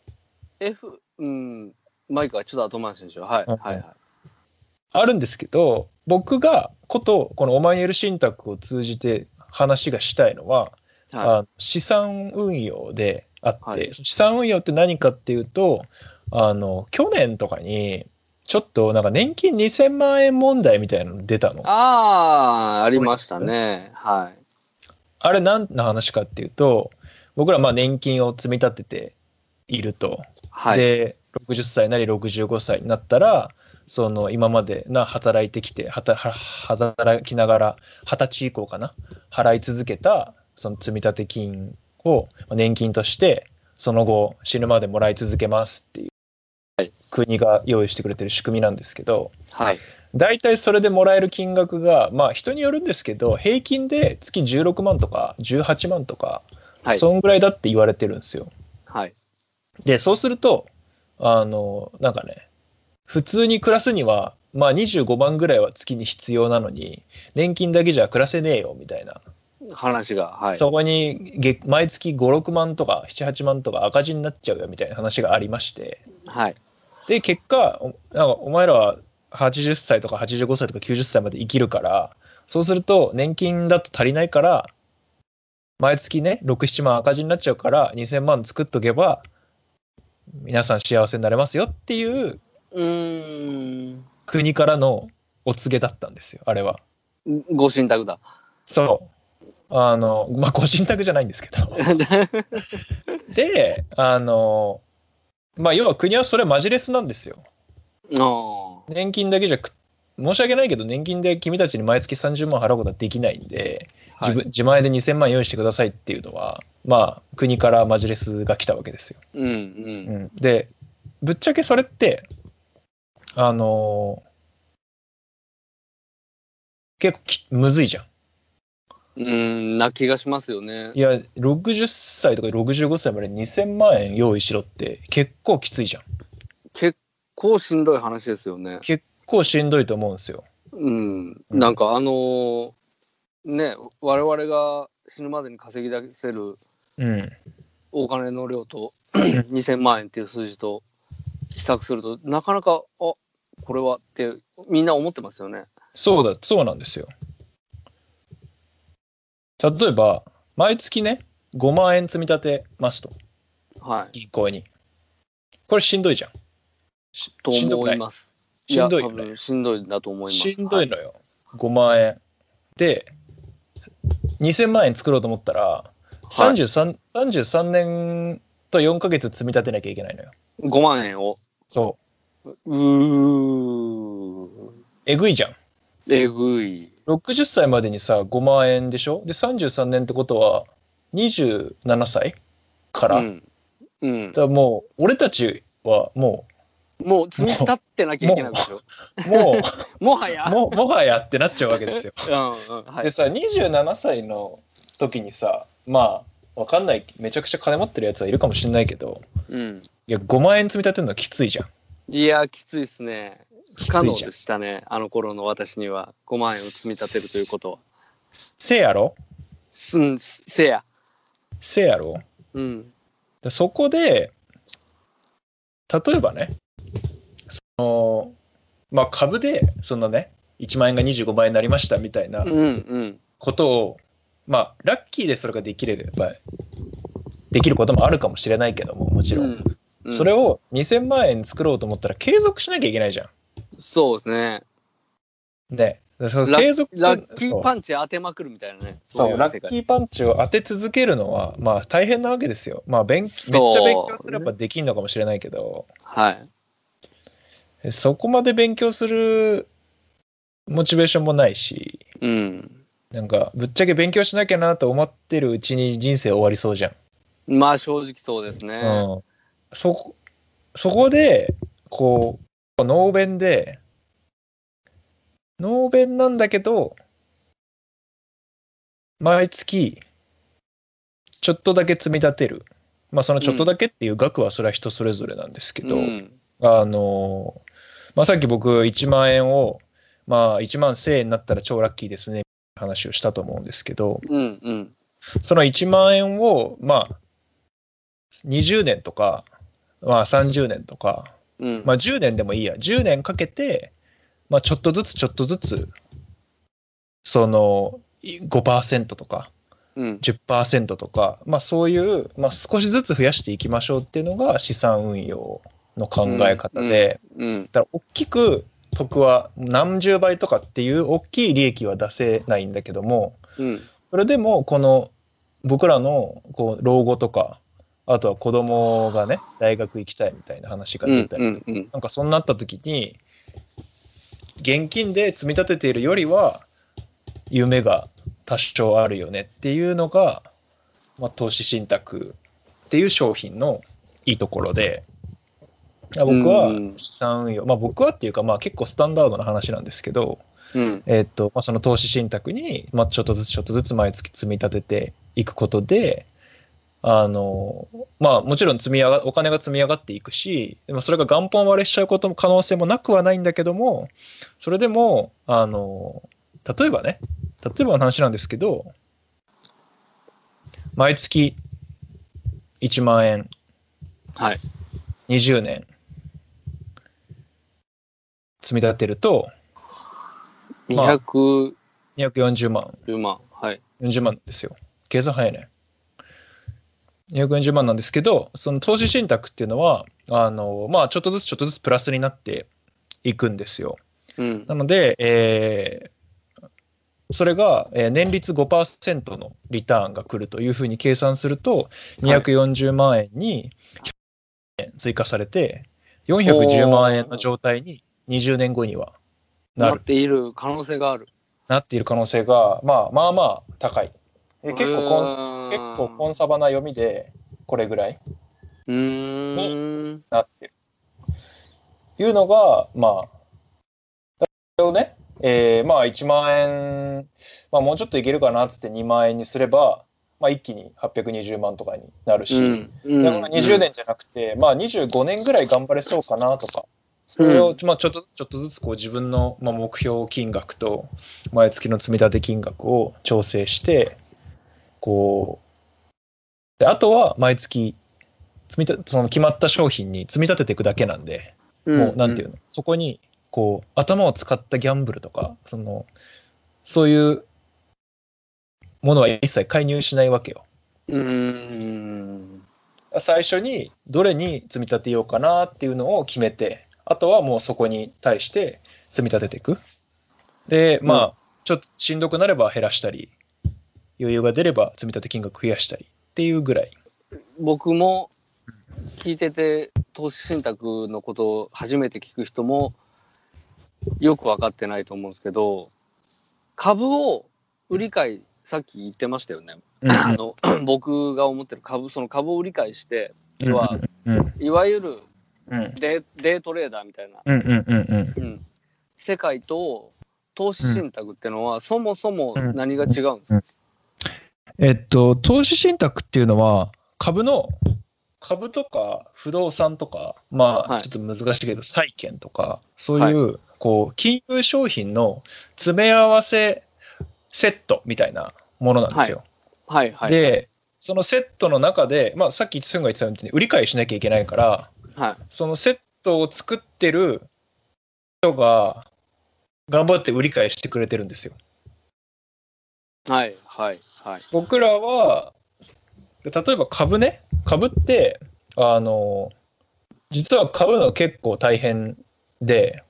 マイクはちょっと後回しでしょ。はい。はいはい。 あるんですけど、僕がこのオマニエル信託を通じて話がしたいのは、資産運用であって、資産運用って何かっていうと、去年とかに、ちょっとなんか年金2000万円問題みたいなの出たの。 ありましたね。はい。 あれ何の話かっていうと、 僕らまあ年金を積み立てていると。 はい。 で、60歳なり65歳になったら、その今まで働いてきて、働きながら、20歳以降かな、払い続けたその積立金を年金として、その後死ぬまでもらい続けますっていう、国が用意してくれてる仕組みなんですけど、 はい。 大体それでもらえる金額が、まあ人によるんですけど、平均で月16万とか18万とか、 はい。 そんぐらいだって言われてるんですよ。 はい。 で、そうすると、なんかね、普通に暮らすには、まあ25万ぐらいは月に必要なのに、年金だけじゃ暮らせねえよ、みたいな。 話が、はい。 そこに毎月5、6万とか7、8万とか赤字になっちゃうよ、みたいな話がありまして。 はい。 で、結果、なんかお前らは80歳とか85歳とか90歳まで生きるから、そうすると年金だと足りないから、毎月ね、6、7万赤字になっちゃうから、2000万作っとけば、皆さん幸せになれますよっていう国からのお告げだったんですよ、あれは。 ご神託だ。 そう。まあ、ご神託じゃないんですけど。で、まあ、要は国はそれマジレスなんですよ。年金だけじゃ申し訳ないけど、年金で君たちに毎月30万払うことはできないんで、 はい、 自前で2000万用意してくださいっていうのは、まあ、国からマジレスが来たわけですよ。で、ぶっちゃけそれって、結構むずいじゃん。 な気がしますよね。 いや、60歳とか65歳まで2000万円用意しろって結構きついじゃん。 結構しんどい話ですよね。 結構しんどいと思うんですよ。 なんかね、我々が死ぬまでに稼ぎ出せるお金の量と2000万円っていう数字と比較すると、なかなか、これはってみんな思ってますよね。 そうなんですよ。例えば、毎月ね、5万円積み立てますと。 はい。 銀行に。これしんどいじゃん。 と思います。 しんどいよね。 多分しんどいんだと思います。 しんどいのよ。5万円。で、2000万円作ろうと思ったら、33年と4ヶ月積み立てなきゃいけないのよ。 5万円を。 そう。えぐいじゃん。 えぐい。 60歳までにさ、5万円でしょ？で、33年ってことは、27歳から。だからもう、俺たちはもう積み立ってなきゃいけないでしょ。もはやってなっちゃうわけですよ。でさ、27歳の時にさ、まあ、わかんない、めちゃくちゃ金持ってるやつはいるかもしれないけど、いや、5万円積み立てるのはきついじゃん。 いや、きついっすね。不可能でしたね。あの頃の私には5万円を積み立てるということは。 せやろ？ せやろ？そこで、例えばね、まあ、株で、そのね、1万円が25万円になりましたみたいなことを、まあ、ラッキーでそれができれば、できることもあるかもしれないけども、もちろん。それを2000万円作ろうと思ったら継続しなきゃいけないじゃん。 そうですね。 で、その継続ラッキーパンチ当てまくるみたいなね。 そう、ラッキーパンチを当て続けるのは、まあ大変なわけですよ。まあめっちゃ勉強すればできるのかもしれないけど、 はい。 そこまで勉強するモチベーションもないし、なんかぶっちゃけ勉強しなきゃなと思ってるうちに人生終わりそうじゃん。 まあ正直そうですね。 そこで、こう、ノーベンなんだけど、毎月、ちょっとだけ積み立てる。まあ、そのちょっとだけっていう額はそれは人それぞれなんですけど、まあ、さっき僕1万円を、まあ、1万1000円になったら超ラッキーですね、話をしたと思うんですけど、その1万円を、まあ、20年とか、まあ30年とか、まあ10年でもいいや、10年かけて、まあちょっとずつ、その 5% とか、10% とか、まあそういう、まあ少しずつ増やしていきましょうっていうのが資産運用の考え方で、だから大きく得は何十倍とかっていう大きい利益は出せないんだけども、それでもこの僕らのこう老後とか、あとは子供がね、大学行きたいみたいな話が出たり、なんかそうなった時に、現金で積み立てているよりは、夢が多少あるよねっていうのが、まあ、投資信託っていう商品のいいところで、僕は資産運用、まあ僕はっていうか、まあ結構スタンダードな話なんですけど、まあ、その投資信託に、まあ、ちょっとずつ毎月積み立てていくことで、まあもちろんお金が積み上がっていくし、でもそれが元本割れしちゃうことも可能性もなくはないんだけども、それでも、例えばの話なんですけど、毎月1万円、 はい、 20年積み立てると、240万。 10万。はい。 40万ですよ。計算早いね。240万なんですけど、その投資信託っていうのは、まあ、ちょっとずつプラスになっていくんですよ。なので、それが年率 5% のリターンが来るというふうに計算すると、240万円に追加されて、410万円の状態に20年後にはなっている可能性がある。 まあまあ高い。結構コンサバな読みで、これぐらいになってる。いうのが、まあ、それをね、まあ1万円、まあもうちょっといけるかなっつって2万円にすれば、まあ一気に820万とかになるし、20年じゃなくて、まあ25年ぐらい頑張れそうかなとか、それをまあちょっとずつこう自分の目標金額と毎月の積み立て金額を調整して、こうであとは毎月その決まった商品に積み立てていくだけなんで、もうなんていうの、そこにこう頭を使ったギャンブルとかそういうものは一切介入しないわけよ。最初にどれに積み立てようかなっていうのを決めて、あとはもうそこに対して積み立てていく。で、まあ、ちょっとしんどくなれば減らしたり、余裕が出れば積み立て金額増やしたりっていうぐらい。 僕も聞いてて、投資信託のことを初めて聞く人もよく分かってないと思うんですけど、株を売り買い、さっき言ってましたよね。僕が思ってるその株を売り買いして、いわゆるデイトレーダーみたいな世界と投資信託ってのは、そもそも何が違うんですか？ 投資信託っていうのは株とか不動産とか、まあちょっと難しいけど債券とか、そういうこう金融商品の詰め合わせセットみたいなものなんですよ。で、そのセットの中で、まあさっきスンが言ってたように売り買いしなきゃいけないから、そのセットを作ってる人が頑張って売り買いしてくれてるんですよ。僕らは例えば株って、実は買うの結構大変で、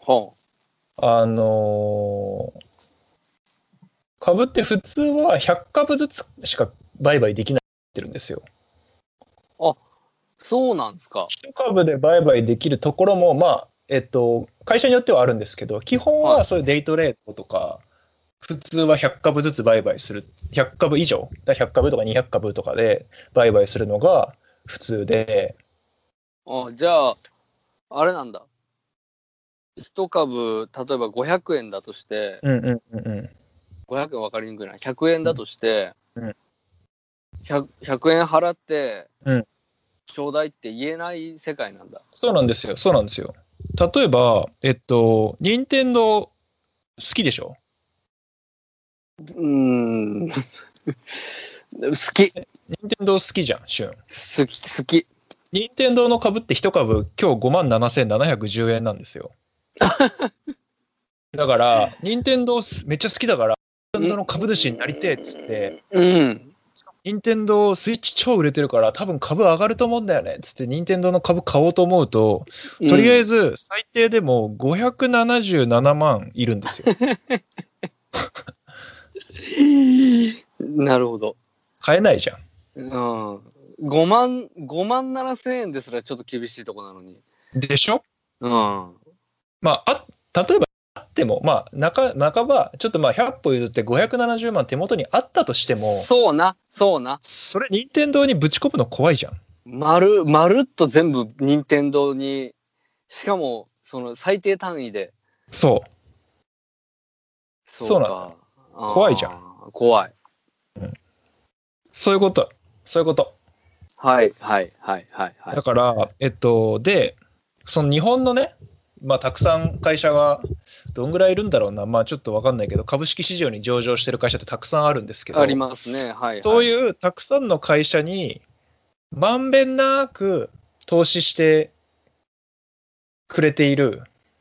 株って普通は100株ずつしか売買できないってるんですよ。 あ、そうなんですか。 1株で売買できるところも、まあ、会社によってはあるんですけど、基本はそういうデイトレードとか、普通は100株ずつ売買する、100株以上、100株とか200株とかで売買するのが普通で。 じゃあ、あれなんだ。1株、例えば500円だとして、500円分かりにくいな。100円だとして、100円払って、ちょうだいって言えない世界なんだ。 そうなんですよ。例えば、任天堂好きでしょ？ 好き。 任天堂好きじゃん、シュン。 好き。 任天堂の株って1株今日57,710円なんですよ。だから、任天堂めっちゃ好きだから、任天堂の株主になりてえっつって、任天堂スイッチ超売れてるから多分株上がると思うんだよねっつって任天堂の株買おうと思うと、とりあえず最低でも577万いるんですよ。 なるほど。 買えないじゃん。 うん。5万7千円ですらちょっと厳しいとこなのに。 でしょ？ うん。 まあ、例えばあっても、まあ、半ば、ちょっとまあ、100歩譲って570万手元にあったとしても、 そうな。それ、 任天堂にぶち込むの怖いじゃん。 まるっと全部任天堂に、しかも、その最低単位で。 そう。 そうなんだ。怖いじゃん。 怖い。 うん。そういうこと。 はい。 だから、で、その日本のね、まあ、たくさん会社が、どんぐらいいるんだろうな、まあ、ちょっとわかんないけど、株式市場に上場してる会社ってたくさんあるんですけど、 ありますね。はい。 そういうたくさんの会社に、まんべんなく投資してくれている、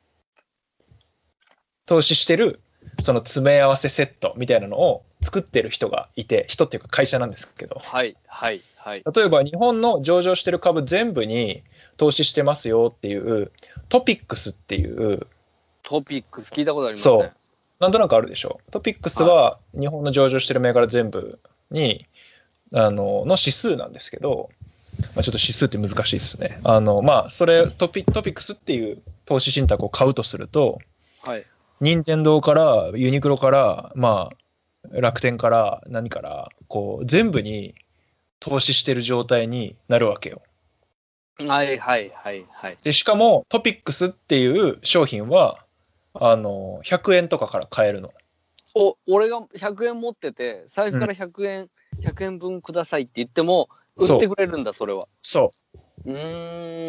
その詰め合わせセットみたいなのを作ってる人がいて、人っていうか会社なんですけど、 はい。 例えば日本の上場してる株全部に投資してますよっていうトピックスっていう、 トピックス聞いたことありますね。 そう、なんとなくあるでしょ。トピックスは日本の上場してる銘柄全部にの指数なんですけど、まあ、ちょっと指数って難しいですね。まあ、それトピックスっていう投資信託を買うとすると、 はい。 任天堂からユニクロから、まあ、楽天から何からこう全部に投資してる状態になるわけよ。 はい。 でしかもトピックスっていう商品は100円とかから買えるの。 俺が100円持ってて財布から100円分くださいって言っても売ってくれるんだ。それは。 そう。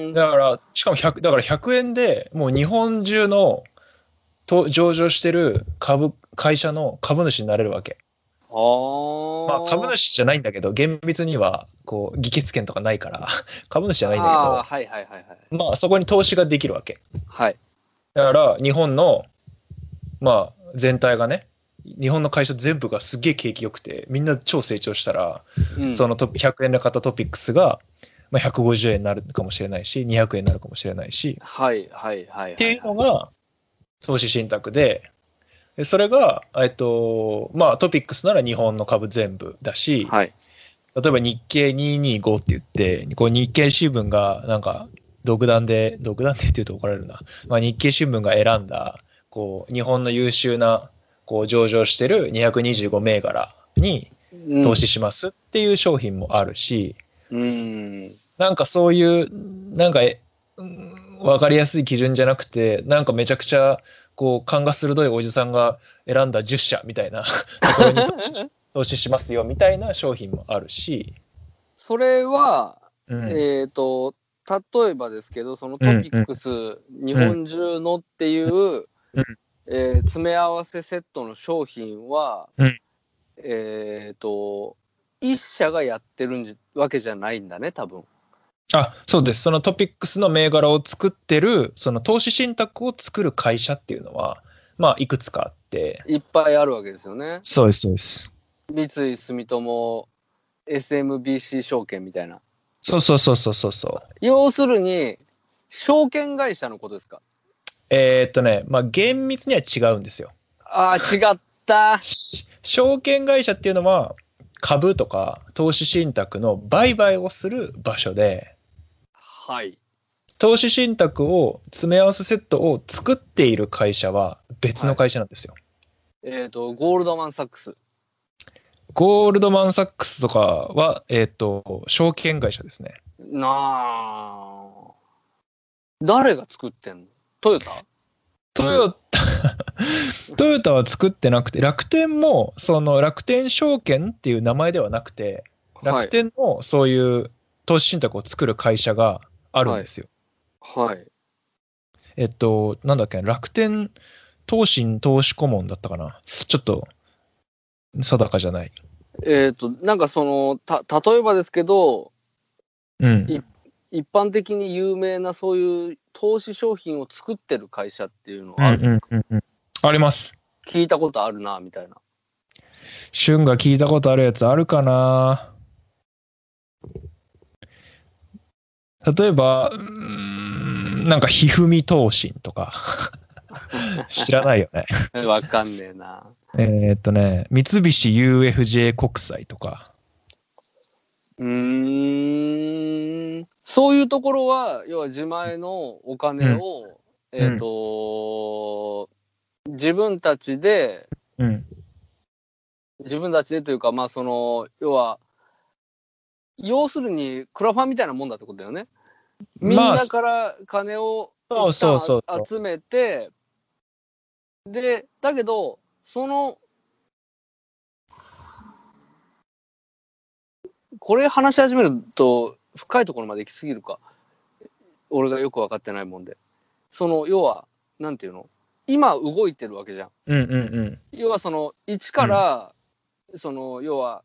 だからしかも100円でもう日本中の上場してる会社の株主になれるわけ。まあ、株主じゃないんだけど、厳密にはこう議決権とかないから株主じゃないんだけど、まあそこに投資ができるわけ。 はい。 だから日本のまあ全体がね、日本の会社全部がすげえ景気良くてみんな超成長したら、その100円で買ったトピックスが、まあ、150円になるかもしれないし200円になるかもしれないし、っていうのが投資信託で、それが、まあ、トピックスなら日本の株全部だし、例えば日経225って言って、こう日経新聞がなんか独断でって言うと怒られるな。まあ、日経新聞が選んだ、こう日本の優秀なこう上場してる225銘柄に投資しますっていう商品もあるし、なんかそういう、なんかわかりやすい基準じゃなくて、なんかめちゃくちゃこう勘が鋭いおじさんが選んだ10社みたいなところに投資しますよみたいな商品もあるし、それは、 例えばですけど、そのトピックス、日本中のっていう、詰め合わせセットの商品は、一社がやってるわけじゃないんだね、多分。 そうです。そのトピックスの銘柄を作ってる、その投資信託を作る会社っていうのは、まあ、いくつかあって。 いっぱいあるわけですよね。 そうです。 三井住友、SMBC 証券みたいな。 そう。 要するに、証券会社のことですか？ まあ、厳密には違うんですよ。 違った。 証券会社っていうのは、株とか投資信託の売買をする場所で、投資信託を詰め合わせセットを作っている会社は別の会社なんですよ。 ゴールドマンサックス。 ゴールドマンサックスとかは、証券会社ですね。 誰が作ってんの？トヨタは作ってなくて、楽天もその楽天証券っていう名前ではなくて、楽天のそういう投資信託を作る会社があるんですよ。なんだっけ、楽天投資顧問だったかな。ちょっと定かじゃない。 なんかその例えばですけど、一般的に有名なそういう投資商品を作ってる会社っていうのはあるんですか？ あります。 聞いたことあるなみたいな。 俊が聞いたことあるやつあるかな。例えばなんかひふみ投信とか知らないよね。 わかんねえな。 三菱 UFJ 国債とか。 そういうところは、要は自前のお金を、自分たちでというか、まあ要するにクラファンみたいなもんだってことだよね。みんなから金を集めて、で、だけど、これ話し始めると深いところまで行き過ぎるか。俺がよく分かってないもんで。要は、なんていうの？今動いてるわけじゃん。要は一から、要は、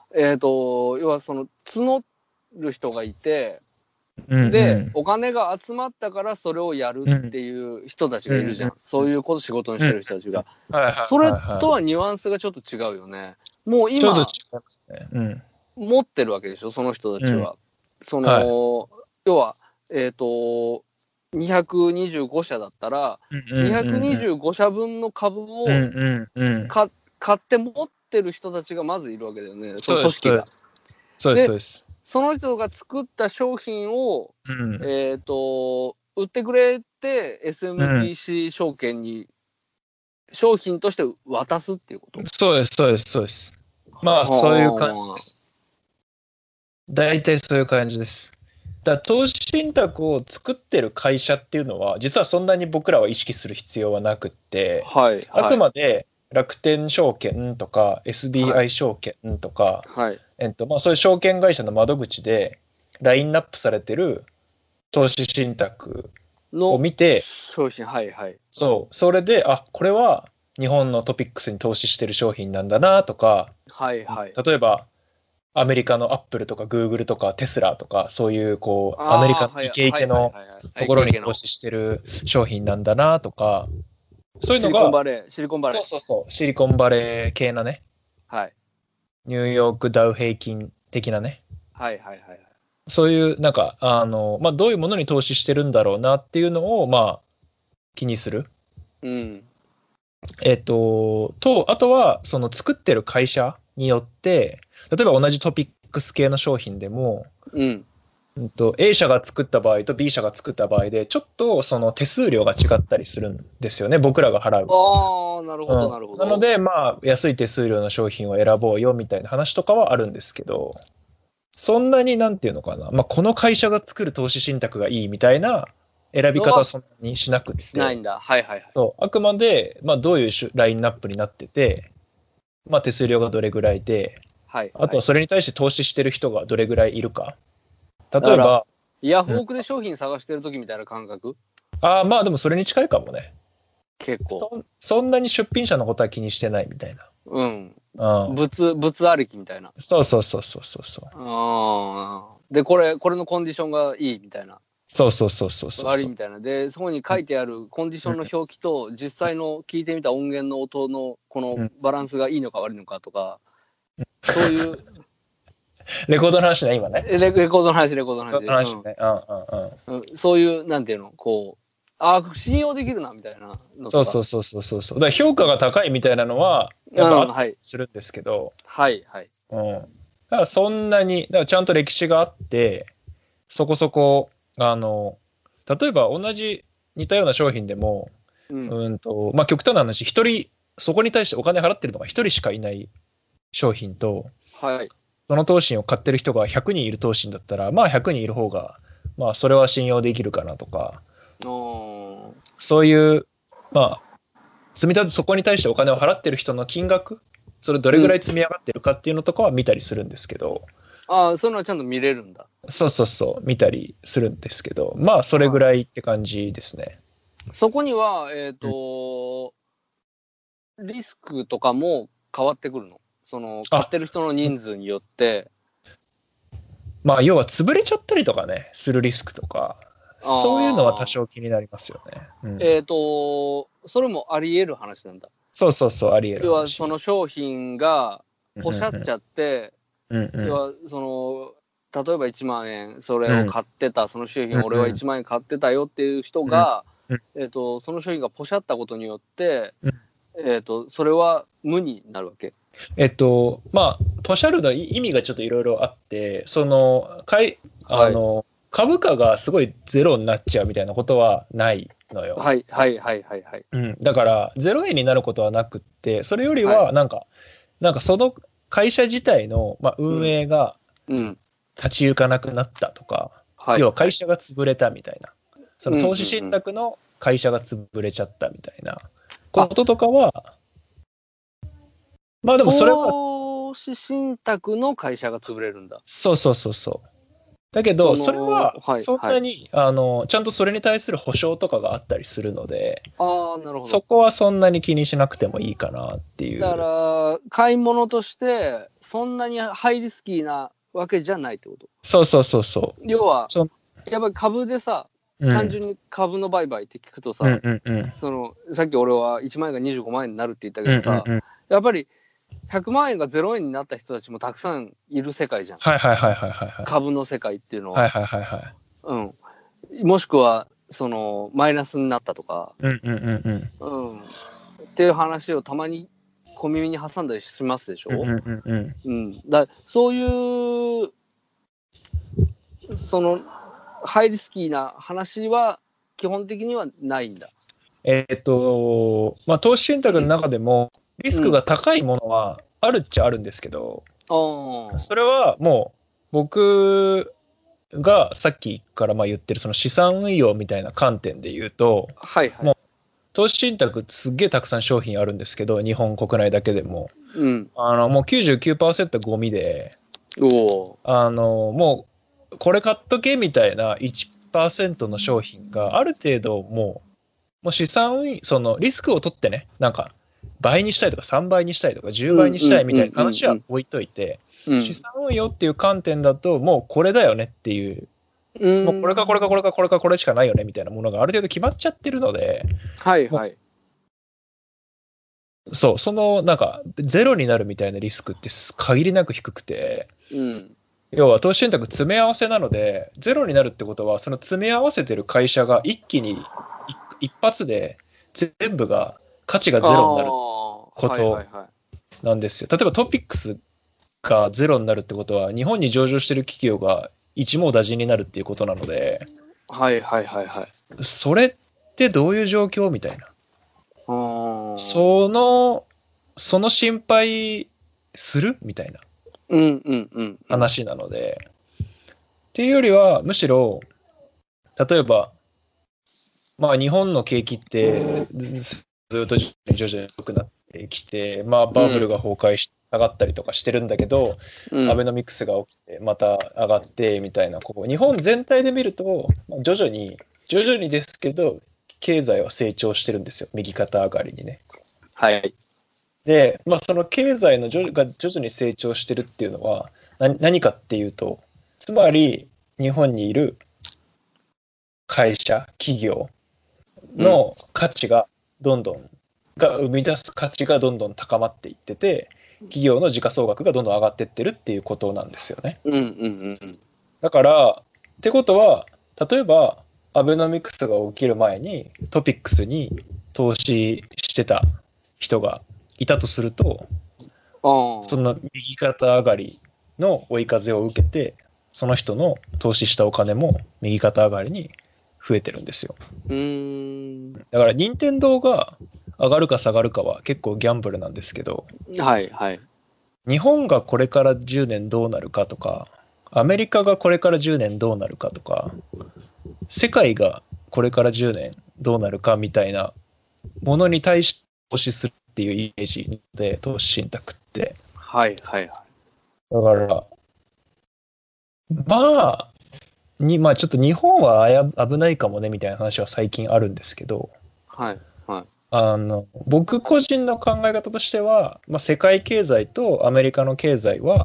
募る人がいて、で、お金が集まったからそれをやるっていう人たちがいるじゃん。そういうこと仕事にしてる人たちが。それとはニュアンスがちょっと違うよね。もう今、持ってるわけでしょ、その人たちは。要は、225社だったら、225社分の株を買って持ってる人たちがまずいるわけだよね、その組織が。 そうです。 その人が作った商品を、売ってくれて、SMBC 証券に商品として渡すっていうこと？ そうです。まあ、そういう感じです。大体そういう感じです。だから投資信託を作ってる会社っていうのは、実はそんなに僕らは意識する必要はなくって、あくまで楽天証券とか SBI 証券とか、まあ、そういう証券会社の窓口でラインナップされてる投資信託を見て、 商品、 それで、これは日本のトピックスに投資してる商品なんだなとか、例えばアメリカのアップルとかグーグルとかテスラとか、そういうアメリカのイケイケのところに投資してる商品なんだなとか、そういうのがシリコンバレー。 そうシリコンバレー系なね、ニューヨークダウ平均的なね、そういうなんかまあ、どういうものに投資してるんだろうなっていうのをまあ気にする。あとはその作ってる会社によって、例えば同じトピックス系の商品でも、A 社が作った場合と B 社が作った場合で、ちょっとその手数料が違ったりするんですよね、僕らが払う。 なるほど。 なので、まあ、安い手数料の商品を選ぼうよみたいな話とかはあるんですけど、そんなになんていうのかな、まあ、この会社が作る投資信託がいいみたいな選び方はそんなにしなくて、 ないんだ。 あくまで、まあ、どういうラインナップになってて、まあ、手数料がどれぐらいで、あとはそれに対して投資してる人がどれぐらいいるか。例えば、 ヤフオクで商品探してる時みたいな感覚？ まあでもそれに近いかもね。 結構。 そんなに出品者のことは気にしてないみたいな。 物ありきみたいな。 そう。 で、これのコンディションがいいみたいな。 そう。 悪いみたいな。で、そこに書いてあるコンディションの表記と、実際の聞いてみた音源の音のこのバランスがいいのか悪いのかとか、そういう。 レコードの話ね、今ね。 レコードの話ね。そういう、なんていうの、信用できるな、みたいなのとか。 そう。だから評価が高いみたいなのは、やっぱあったりするんですけど、だからそんなに、だからちゃんと歴史があって、そこそこ、例えば同じ似たような商品でも、まあ極端な話、そこに対してお金払ってるのが1人しかいない商品と、その投信を買ってる人が100人いる投信だったら、まあ100人いる方が、まあそれは信用できるかなとか、そういう、まあ、そこに対してお金を払ってる人の金額、それどれぐらい積み上がってるかっていうのとかは見たりするんですけど、 そういうのはちゃんと見れるんだ。 そう、見たりするんですけど、まあそれぐらいって感じですね。 そこには、リスクとかも変わってくるの？買ってる人の人数によって。 まあ、要は潰れちゃったりとかね、するリスクとか、そういうのは多少気になりますよね。 それもあり得る話なんだ。 そう、あり得る話。 要は、その商品がポシャっちゃって、要は、例えば1万円、それを買ってた、その商品、俺は1万円買ってたよっていう人が、その商品がポシャったことによって、それは無になるわけ。 まあ、ポシャルの意味がちょっといろいろあって、株価がすごいゼロになっちゃうみたいなことはないのよ。 はいはいはいはいはい。 だから0円になることはなくって、それよりはなんかその会社自体の、運営が立ち行かなくなったとか、要は会社が潰れたみたいな、その投資信託の会社が潰れちゃったみたいなこととかは、でもそれは投資信託の会社が潰れるんだ。 そう。だけど、それは、そんなに、ちゃんとそれに対する保証とかがあったりするので、 なるほど。 そこはそんなに気にしなくてもいいかなっていう。 だから、買い物として、そんなにハイリスキーなわけじゃないってこと。 そう。 要は、やっぱり株でさ、単純に株の売買って聞くとさ、さっき俺は1万円が25万円になるって言ったけどさ、やっぱり、100万円が0円になった人たちもたくさんいる世界じゃん。株の世界っていうのは。もしくは、マイナスになったとか。っていう話をたまに小耳に挟んだりしますでしょ。そういう、ハイリスキーな話は基本的にはないんだ。 投資信託の中でも、リスクが高いものはあるっちゃあるんですけど、それはもう僕がさっきから言ってるその資産運用みたいな観点で言うと、もう投資信託すっげえたくさん商品あるんですけど、日本国内だけでも、もう 99% ゴミで、もうこれ買っとけみたいな 1% の商品がある程度もう資産運用、そのリスクを取ってね、なんか倍にしたいとか3倍にしたいとか10倍にしたいみたいな話は置いといて、資産運用っていう観点だともうこれだよねっていう、もうこれかこれかこれかこれかこれしかないよねみたいなものがある程度決まっちゃってるので、そのなんかゼロになるみたいなリスクって限りなく低くて、要は投資信託詰め合わせなので、ゼロになるってことはその詰め合わせてる会社が一気に一発で全部が価値がゼロになることなんですよ。例えばトピックスがゼロになるってことは、日本に上場してる企業が一網打尽になるっていうことなので、それってどういう状況みたいな。その心配するみたいな話なので、っていうよりは、むしろ、例えば、日本の景気って、ずっと徐々に良くなってきて、バブルが崩壊して下がったりとかしてるんだけど、アベノミクスが起きて、また上がってみたいな、日本全体で見ると、徐々にですけど、経済は成長してるんですよ、右肩上がりにね。で、その経済が徐々に成長してるっていうのは、何かっていうと、つまり日本にいる会社、企業の価値が生み出す価値がどんどん高まっていってて、企業の時価総額がどんどん上がっていってるっていうことなんですよね。だからってことは、例えばアベノミクスが起きる前にトピックスに投資してた人がいたとすると、その右肩上がりの追い風を受けて、その人の投資したお金も右肩上がりに増えてるんですよ。だから任天堂が上がるか下がるかは結構ギャンブルなんですけど、日本がこれから10年どうなるかとか、アメリカがこれから10年どうなるかとか、世界がこれから10年どうなるかみたいなものに対して投資するっていうイメージで、投資信託って。だからちょっと日本は危ないかもねみたいな話は最近あるんですけど、僕個人の考え方としては、世界経済とアメリカの経済は、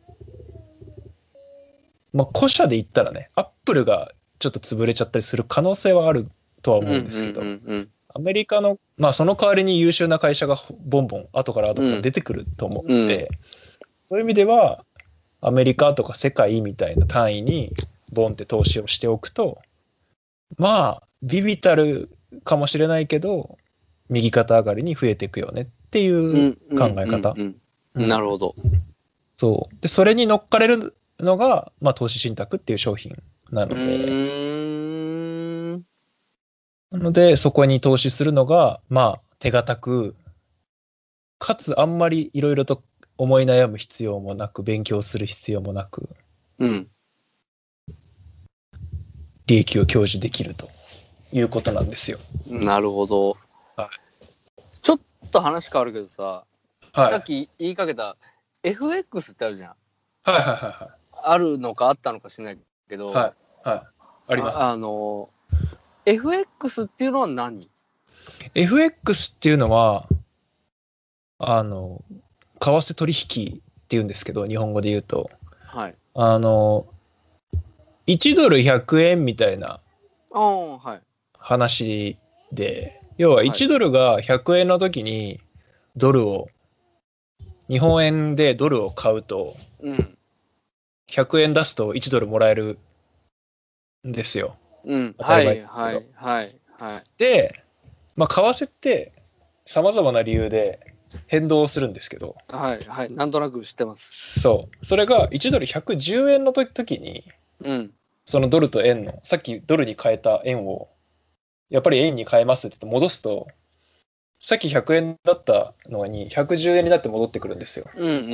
古社で言ったらね、アップルがちょっと潰れちゃったりする可能性はあるとは思うんですけど、アメリカの、その代わりに優秀な会社がボンボン後から出てくると思うので、そういう意味ではアメリカとか世界みたいな単位にボンって投資をしておくと、ビビたるかもしれないけど右肩上がりに増えていくよねっていう考え方。 なるほど。 そう。で、それに乗っかれるのが、まあ、投資信託っていう商品なので、なので、そこに投資するのが、まあ、手堅く、かつあんまりいろいろと思い悩む必要もなく、勉強する必要もなく、利益を享受できるということなんですよ。 なるほど。 はい、 ちょっと話変わるけどさ、 はい、 さっき言いかけた FX ってあるじゃん。 はいはいはいはい。 あるのかあったのかしないけど、 はいはい。あります。 FX っていうのは何？ FX っていうのは、為替取引っていうんですけど、日本語で言うと。 はい。 1ドル100円みたいな話で、要は1ドルが100円の時に日本円でドルを買うと、100円出すと1ドルもらえるんですよ。 はいはいはいはい。 で、まあ、為替って様々な理由で変動するんですけど、 はいはい、なんとなく知ってます。 そう。それが1ドル110円の時に、そのドルと円の、さっきドルに変えた円を、やっぱり円に変えますって言って戻すと、さっき100円だったのに110円になって戻ってくるんですよ。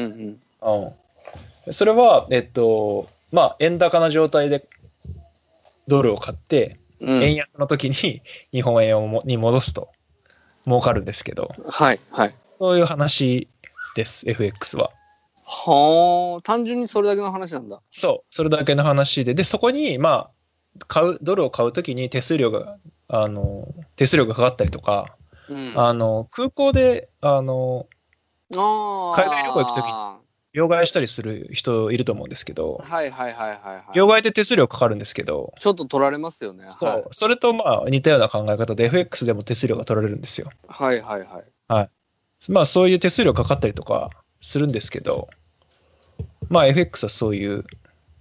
それは、まあ、円高な状態でドルを買って、円安の時に日本円に戻すと儲かるんですけど、 はいはい。 そういう話です、FX は。 はあ、単純にそれだけの話なんだ。 そう、それだけの話で、そこに、まあ、ドルを買うときに手数料がかかったりとか、空港で、海外旅行行くときに、両替したりする人いると思うんですけど、両替で手数料かかるんですけど、 ちょっと取られますよね。 そう、それとまあ似たような考え方で FX でも手数料が取られるんですよ。 はいはいはい。 はい。まあそういう手数料かかったりとかするんですけど、まあ FX はそういう、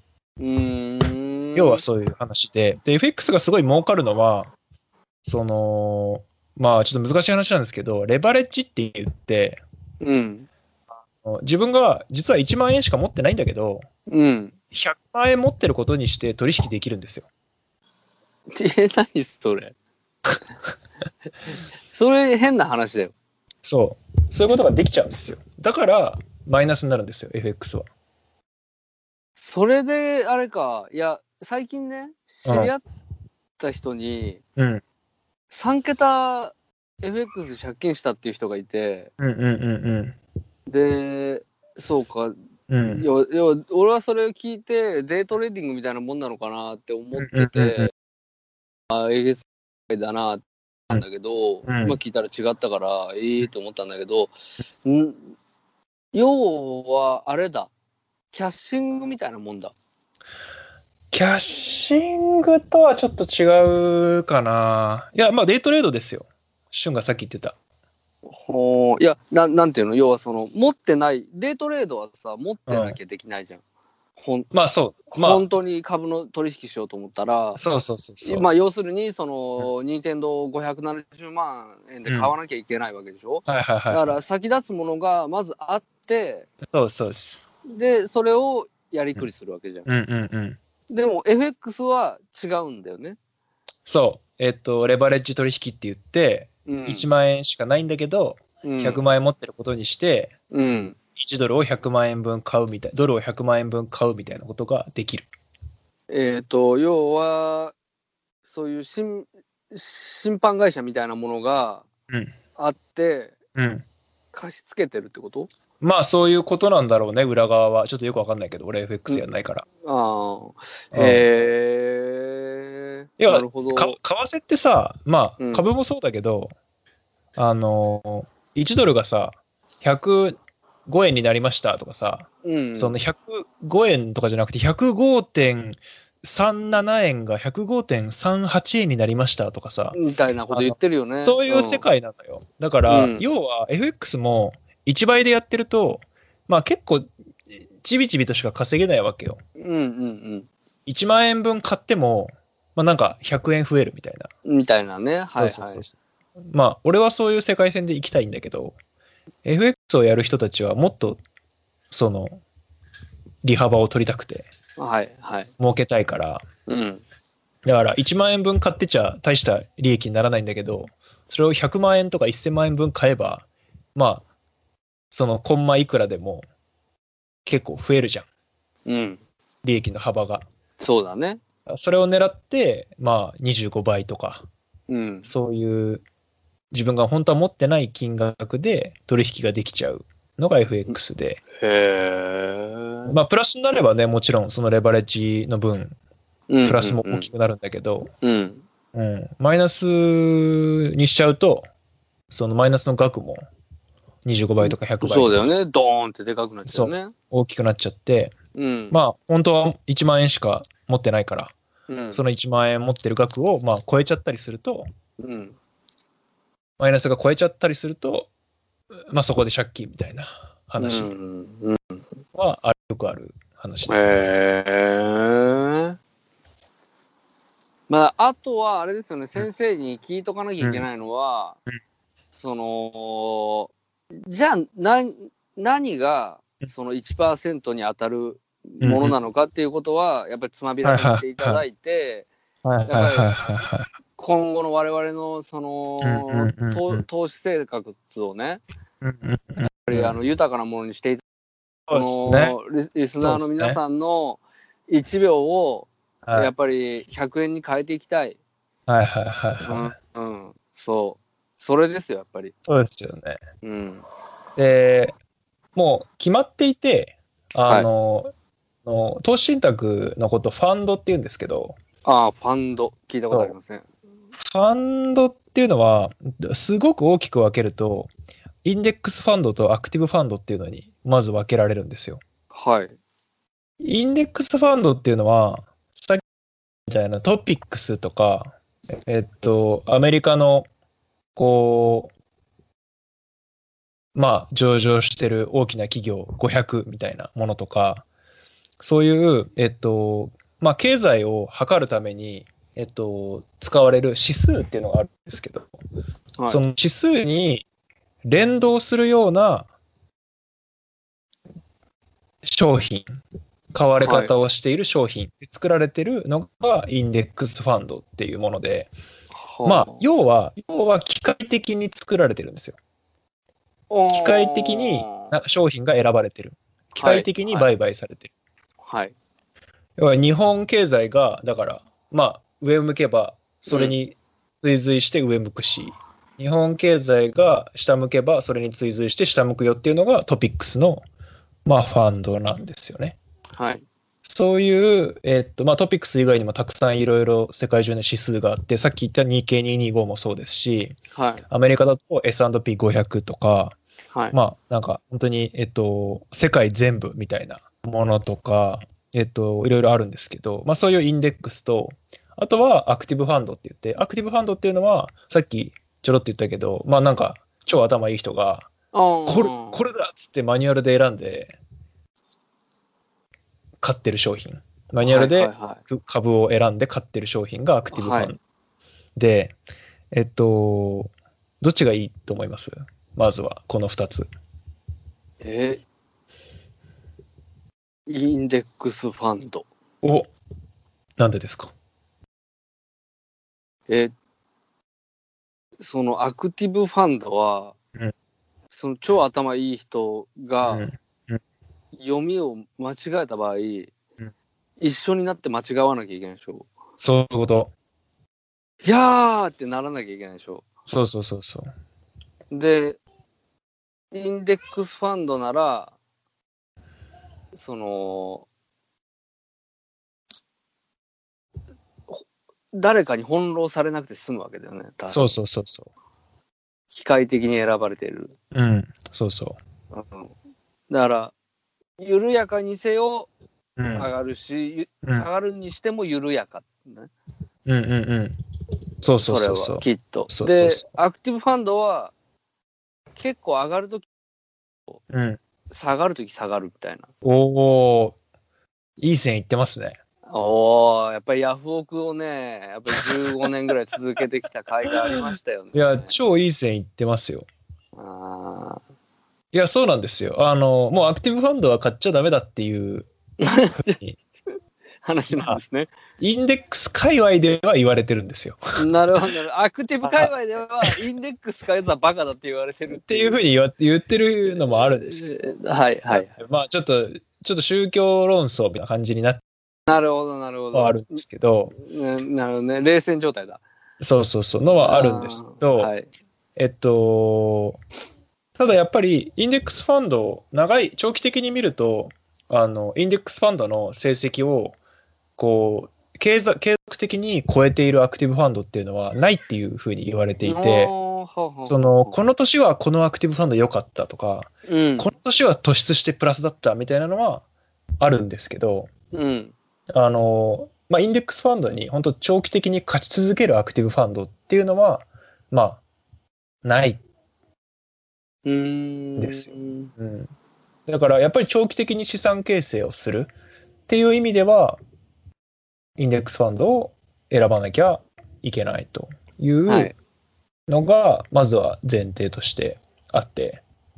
要はそういう話で、FX がすごい儲かるのは、まあちょっと難しい話なんですけど、レバレッジって言って、自分が実は1万円しか持ってないんだけど、100万円持ってることにして取引できるんですよ。 何それそれ変な話だよ。 そういうことができちゃうんですよ。だからマイナスになるんですよ、FX は。 それであれか、いや最近ね、知り合った人に、3桁 FX 借金したっていう人がいて、で、そうか、いや俺はそれを聞いてデイトレーディングみたいなもんなのかなって思ってて、えげつないだなって思ったんだけど、今聞いたら違ったからと思ったんだけど、要はあれだ、キャッシングみたいなもんだ。 キャッシングとはちょっと違うかな。いや、まあデイトレードですよ。シュンがさっき言ってた。 いや、なんていうの、要は持ってない、デイトレードはさ、持ってなきゃできないじゃん。 まあそう。 本当に株の取引しようと思ったら、まあ要するに、任天堂570万円で買わなきゃいけないわけでしょ。だから先立つものがまずあって、 そうです。 で、それをやりくりするわけじゃん。でも FX は違うんだよね。 そう。レバレッジ取引って言って、1万円しかないんだけど、100万円持ってることにして、1ドルを100万円分買うみたいな、ドルを100万円分買うみたいなことができる。 要は、そういう審判会社みたいなものがあって、貸し付けてるってこと？ まあそういうことなんだろうね、裏側は。ちょっとよくわかんないけど、俺 FX やんないから。なるほど。為替ってさ、まあ株もそうだけど、1ドルがさ、105円になりましたとかさ、その105円とかじゃなくて 105.37 円が 105.38 円になりましたとかさ、 みたいなこと言ってるよね。 そういう世界なんだよ。だから、要は FX も1倍でやってると、まあ結構ちびちびとしか稼げないわけよ。1万円分買っても、まあなんか100円増えるみたいな。 みたいなね。はいはい。 まあ俺はそういう世界線で行きたいんだけど、 FX をやる人たちはもっと、利幅を取りたくて、 はいはい。 儲けたいから、 うん。 だから1万円分買ってちゃ大した利益にならないんだけど、それを100万円とか1000万円分買えば、まあ、コンマいくらでも結構増えるじゃん。 うん。 利益の幅が。 そうだね。 それを狙って、まあ、25倍とか、 うん。 そういう自分が本当は持ってない金額で取引ができちゃうのが FX で。 へまあ、プラスになればね、もちろんそのレバレッジの分、プラスも大きくなるんだけど、マイナスにしちゃうと、そのマイナスの額も25倍とか100倍とか。 そうだよね。ドーンってでかくなっちゃうね。 大きくなっちゃって、まあ、本当は1万円しか持ってないから、その1万円持ってる額を、まあ、超えちゃったりすると、マイナスが超えちゃったりすると、まあ、そこで借金みたいな話はよくある話ですね。 まあ、あとは、あれですよね、先生に聞いとかなきゃいけないのは、じゃあ、何が、その 1% に当たるものなのかっていうことは、やっぱりつまびらかにしていただいて、やっぱり、今後の我々の、投資生活をね、やっぱり豊かなものにしていただいて、リスナーの皆さんの1秒を、やっぱり100円に変えていきたい。そう。それですよ、やっぱり。 そうですよね。で、もう決まっていて、投資信託のことファンドって言うんですけど。 ファンド。聞いたことありません。 ファンドっていうのは、すごく大きく分けると、インデックスファンドとアクティブファンドっていうのに、まず分けられるんですよ。 はい。 インデックスファンドっていうのは、さっきみたいなトピックスとか、アメリカの、まあ、上場してる大きな企業500みたいなものとか、そういう、まあ、経済を測るために、使われる指数っていうのがあるんですけど、その指数に連動するような商品、買われ方をしている商品、作られているのがインデックスファンドっていうもので、まあ、要は機械的に作られてるんですよ。機械的に商品が選ばれてる。機械的に売買されてる。要は日本経済が、だから、まあ、上向けば、それに追随して上向くし、日本経済が下向けば、それに追随して下向くよっていうのがトピックスの、まあ、ファンドなんですよね。そういう、まあ、トピックス以外にもたくさんいろいろ世界中の指数があって、さっき言った日経225もそうですし、アメリカだと S&P500 とか、まあ、なんか本当に、世界全部みたいなものとか、いろいろあるんですけど、まあそういうインデックスと、あとはアクティブファンドって言って、アクティブファンドっていうのは、さっきちょろっと言ったけど、まあなんか超頭いい人が、これだっつってマニュアルで選んで、買ってる商品。マニュアルで株を選んで買ってる商品がアクティブファンド。で、どっちがいいと思います？まずは、この2つ。 インデックスファンド。 なんでですか？ そのアクティブファンドは、その超頭いい人が読みを間違えた場合、一緒になって間違わなきゃいけないでしょ。 そういうこと。 いやーってならなきゃいけないでしょ。 そう。 で、インデックスファンドなら、その、誰かに翻弄されなくて済むわけだよね。 そう。 機械的に選ばれている。 そう。 だから、緩やかにせよ、上がるし、下がるにしても緩やか、ね。 そう。 それはきっと。で、アクティブファンドは、結構上がるとき、下がるとき下がるみたいな。 いい線いってますね。 やっぱりヤフオクをね、やっぱり15年ぐらい続けてきた甲斐がありましたよね。 いや、超いい線いってますよ。 いや、そうなんですよ。もうアクティブファンドは買っちゃダメだっていう話なんですね。 インデックス界隈では言われてるんですよ。 なるほど。アクティブ界隈では、インデックス買うやつはバカだって言われてるっていうふうに言ってるのもあるんですけど。 はいはい。 まあちょっと宗教論争みたいな感じになってなるほど、なるほど。 あるんですけど。 なるほどね。冷戦状態だ。 そうのはあるんですけど、はい、ただやっぱりインデックスファンド、長期的に見ると、インデックスファンドの成績を、こう、継続的に超えているアクティブファンドっていうのはないっていうふうに言われていて、この年はこのアクティブファンド良かったとか、この年は突出してプラスだったみたいなのはあるんですけど、インデックスファンドに本当長期的に勝ち続けるアクティブファンドっていうのは、ないんですよ。だからやっぱり長期的に資産形成をするっていう意味では、インデックスファンドを選ばなきゃいけないというのが、まずは前提としてあって。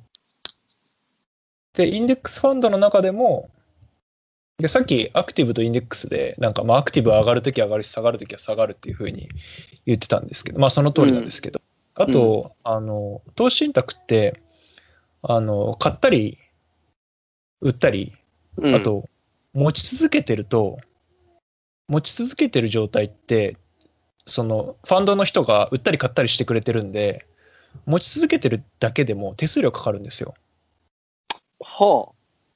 で、インデックスファンドの中でも、さっきアクティブとインデックスで、アクティブは上がるときは上がるし、下がるときは下がるっていうふうに言ってたんですけど、その通りなんですけど、あと、投資信託って、買ったり、売ったり、あと、持ち続けてる状態って、ファンドの人が売ったり買ったりしてくれてるんで、持ち続けてるだけでも手数料かかるんですよ。 は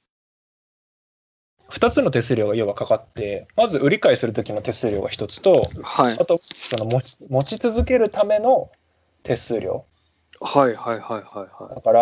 あ。2つの手数料が要はかかって、まず売り買いするときの手数料が1つと、 はい、 あと、持ち続けるための手数料。 はい。だから、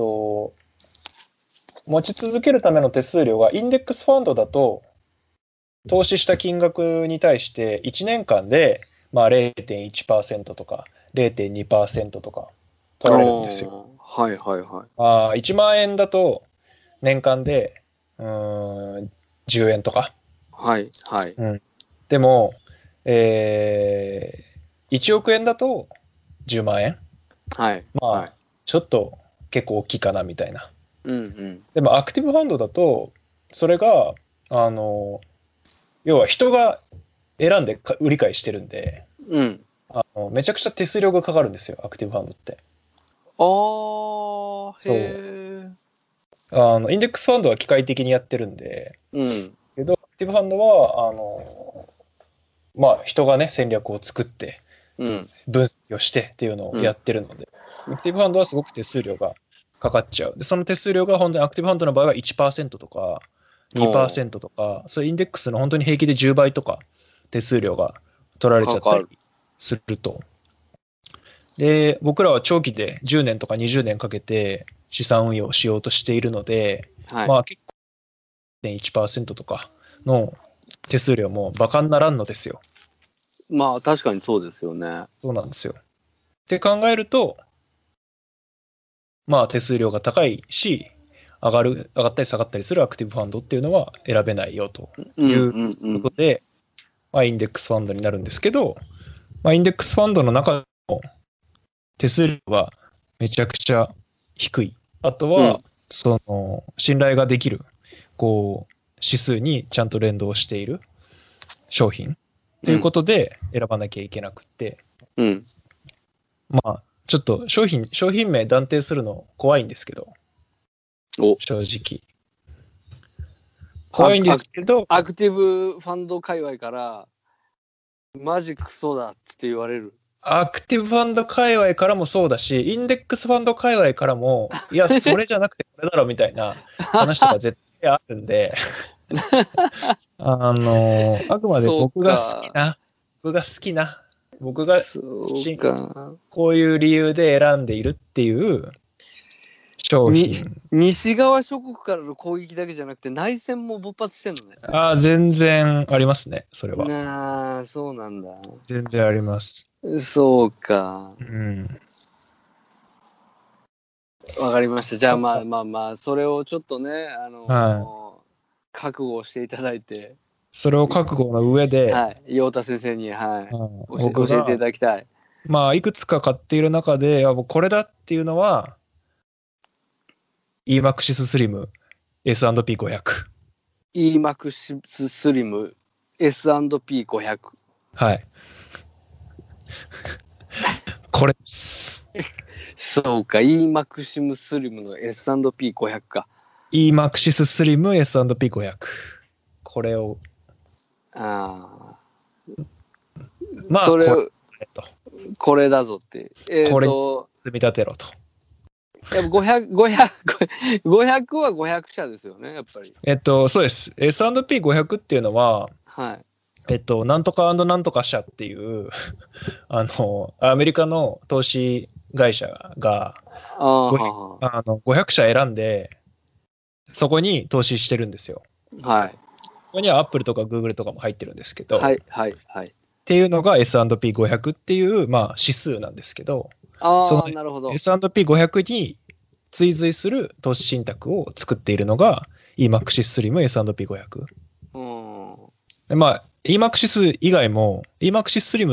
持ち続けるための手数料がインデックスファンドだと、投資した金額に対して1年間で、0.1% とか 0.2% とか取られるんですよ。 はい。 1万円だと年間で10円とか。 はい。 でも、1億円だと10万円。 はい。 ちょっと結構大きいかなみたいな。でもアクティブファンドだと、それが、要は人が選んで売り買いしてるんで、めちゃくちゃ手数料がかかるんですよ、アクティブファンドって。インデックスファンドは機械的にやってるんで、けど、アクティブファンドは、人がね、戦略を作って、分析をしてっていうのをやってるので、アクティブファンドはすごく手数料がかかっちゃう。で、その手数料が本当にアクティブファンドの場合は 1% とか 2% とか、そういうインデックスの本当に平気で10倍とか手数料が取られちゃったりすると。で、僕らは長期で10年とか20年かけて資産運用をしようとしているので、結構 1% とかの手数料もバカにならんのですよ。 確かにそうですよね。 そうなんですよ。って考えると、手数料が高いし、上がったり下がったりするアクティブファンドっていうのは選べないよということで、インデックスファンドになるんですけど、インデックスファンドの中でも手数料がめちゃくちゃ低い。あとは、信頼ができる、指数にちゃんと連動している商品ということで選ばなきゃいけなくて、ちょっと商品名断定するの怖いんですけど、正直。怖いんですけど。 アクティブファンド界隈から、マジクソだって言われる。 アクティブファンド界隈からもそうだし、インデックスファンド界隈からも、いや、それじゃなくてこれだろみたいな話とか絶対あるんで、あくまで僕がこういう理由で選んでいるっていう商品。 西側諸国からの攻撃だけじゃなくて内戦も勃発してんのね。 全然ありますね、それは。 そうなんだ。 全然あります。 そうか。わかりました。じゃあそれをちょっとね、覚悟していただいて。 それを覚悟の上で、 陽太先生に、教えていただきたい。 いくつか買っている中で、これだっていうのは、 EMAXIS Slim S&P500。 EMAXIS Slim S&P500。 はい。これです。 そうか、EMAXIS Slim の S&P500 か。 EMAXIS Slim S&P500。これを。 ああ。 まあ、 それこれだぞって。 これ積み立てろと。 やっぱ500は500社ですよね、やっぱり。 そうです。S&P500 っていうのは、 はい。 なんとかなんとか社っていう、アメリカの投資会社が500社選んで、そこに投資してるんですよ。 はい。 ここには Apple とか Google とかも入ってるんですけど、 はいはいはい。 っていうのが S&P500 っていう、まあ、指数なんですけど、そのなるほど。 S&P500 に追随する投資信託を作っているのが EMAXIS Slim S&P500。まあ、EMAXIS 以外も、EMAXIS Slim って、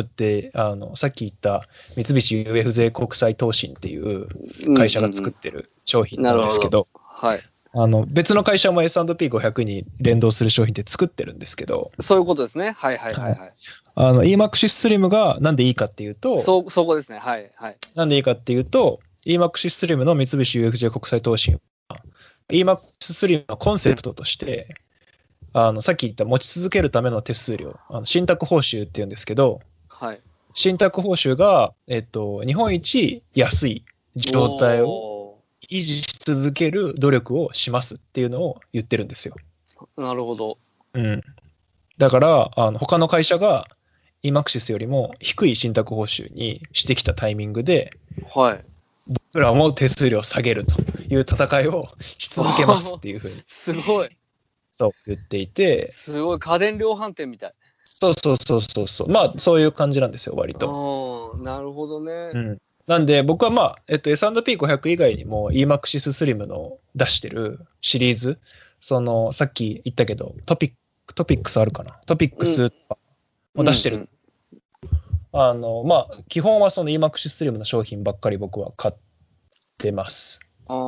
さっき言った三菱 UFJ 国際投信っていう会社が作ってる商品なんですけど、 はい。 別の会社も S&P500 に連動する商品って作ってるんですけど、 そういうことですね。はいはいはいはい。 EMAXIS Slim がなんでいいかっていうと、 そこですね。はいはい。 なんでいいかっていうと、EMAXIS Slim の三菱 UFJ 国際投信は、EMAXIS Slim のコンセプトとして、さっき言った持ち続けるための手数料、信託報酬っていうんですけど、 はい、 信託報酬が、日本一安い状態を維持し続ける努力をしますっていうのを言ってるんですよ。 なるほど。 うん。だから、他の会社が EMAXIS よりも低い信託報酬にしてきたタイミングで、 はい。 僕らも手数料を下げるという戦いをし続けますっていうふうに。 すごい。 そう言っていて。 すごい、家電量販店みたい。 そう。まあ、そういう感じなんですよ、割と。 なるほどね。 うん。なんで、僕はまあ、S&P500 以外にも EMAXIS Slim の出してるシリーズ、さっき言ったけど、トピックスあるかな、トピックスとかも出してる。まあ、基本はその EMAXIS Slim の商品ばっかり僕は買ってます。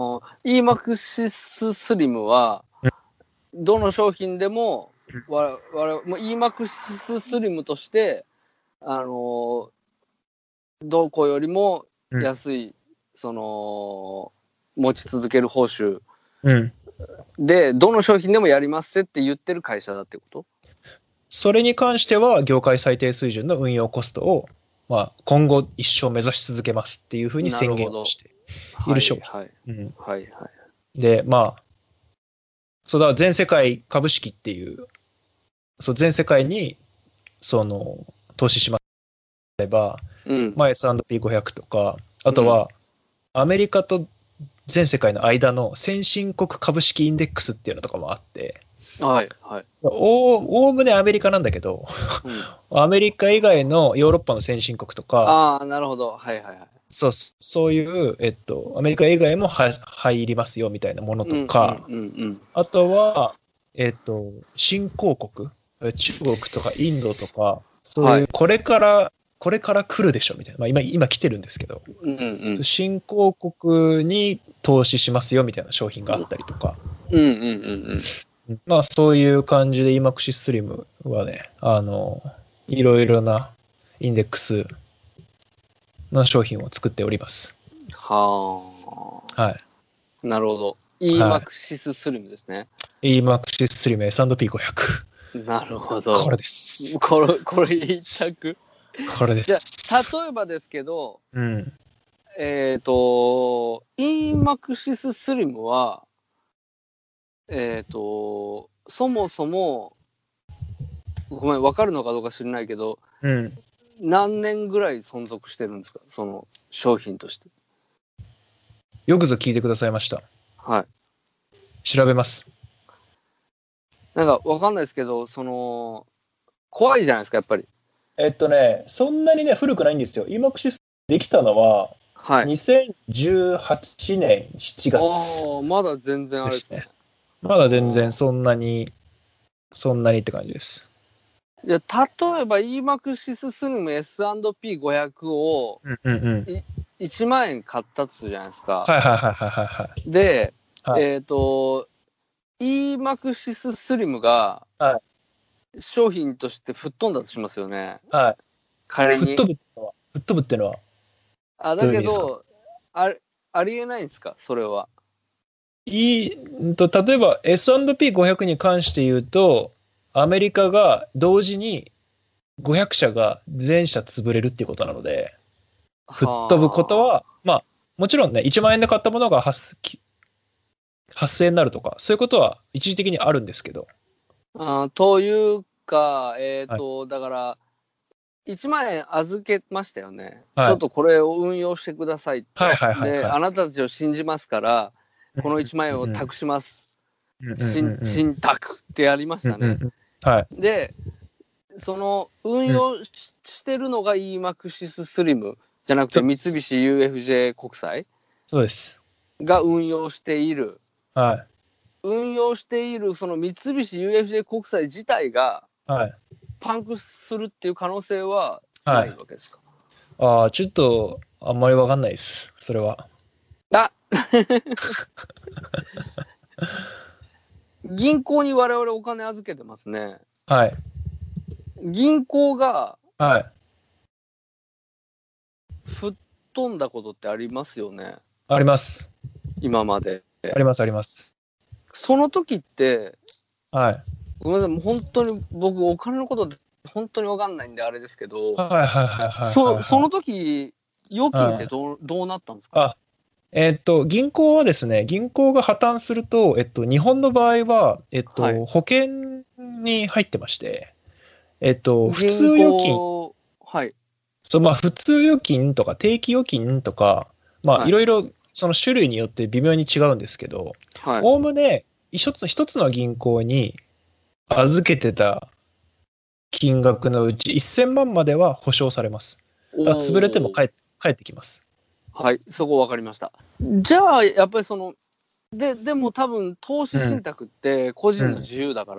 EMAXIS Slim は、どの商品でも、EMAXIS Slim として、どこよりも安い、持ち続ける報酬、で、どの商品でもやりますって言ってる会社だってこと？ それに関しては、業界最低水準の運用コストを、まあ、今後一生目指し続けますっていうふうに宣言をしている商品。で、まあ、そうだ、全世界株式っていう、全世界に、投資しますと例えば、まあ、S&P500 とか、あとは、アメリカと全世界の間の先進国株式インデックスっていうのとかもあって、おおむねアメリカなんだけど、アメリカ以外のヨーロッパの先進国とか、 なるほど。 そういう、アメリカ以外も入りますよみたいなものとか、あとは、新興国、中国とかインドとか、そういうこれから来るでしょみたいな、まあ、今来てるんですけど、新興国に投資しますよみたいな商品があったりとか、まあそういう感じで EMAXIS Slim はね、いろいろなインデックスの商品を作っております。 はい。なるほど。EMAXIS Slim ですね。 EMAXIS Slim S&P500。 なるほど。 これです。 これ一着。 これです。 じゃあ例えばですけど、EMAXIS Slim は、そもそも、ごめん、分かるのかどうか知らないけど、何年ぐらい存続してるんですか、その商品として。 よくぞ聞いてくださいました。 はい。 調べます。 なんか分かんないですけど、怖いじゃないですか、やっぱり。 そんなにね、古くないんですよ。EMAXISできたのは、2018年7月。 まだ全然あれですね。 まだ全然そんなにって感じです。 いや、例えば EMAXIS Slim S&P500 を1万円買ったとするじゃないですか。 はい。 で、 はい EMAXIS SLIM がは商品として吹っ飛んだとしますよね。 はい。 仮に。 吹っ飛ぶっていうのは。 だけど、ありえないんですか、それは。 例えば S&P500 に関して言うと、アメリカが同時に500社が全社潰れるっていうことなので、吹っ飛ぶことは、まあ、もちろんね、1万円で買ったものが8000円になるとか、そういうことは一時的にあるんですけど。 というか、だから、1万円預けましたよね。ちょっとこれを運用してくださいって。で、あなたたちを信じますから、この1万円を託します。信託ってやりましたね。で、その運用してるのが EMAXIS SLIM じゃなくて三菱 UFJ 国際そうですが運用している。 はい。 運用しているその三菱 UFJ 国際自体がパンクするっていう可能性はないわけですか？ ちょっとあんまりわかんないです、それは。 銀行に我々お金預けてますね。 はい。 銀行が吹っ飛んだことってありますよね。 あります。 今まで。 ありますあります。 その時って、 はい。 ごめんなさい、もう本当に僕お金のこと本当に分かんないんであれですけど、その時預金ってどうなったんですか？ 銀行はですね、銀行が破綻すると、日本の場合は、保険に入ってまして、普通預金、普通預金とか定期預金とか、いろいろその種類によって微妙に違うんですけど、おおむね一つの銀行に預けてた金額のうち1000万までは保証されます。だから潰れても帰ってきます。 はい、そこ分かりました。じゃあ、やっぱりでも多分、投資信託って個人の自由だから、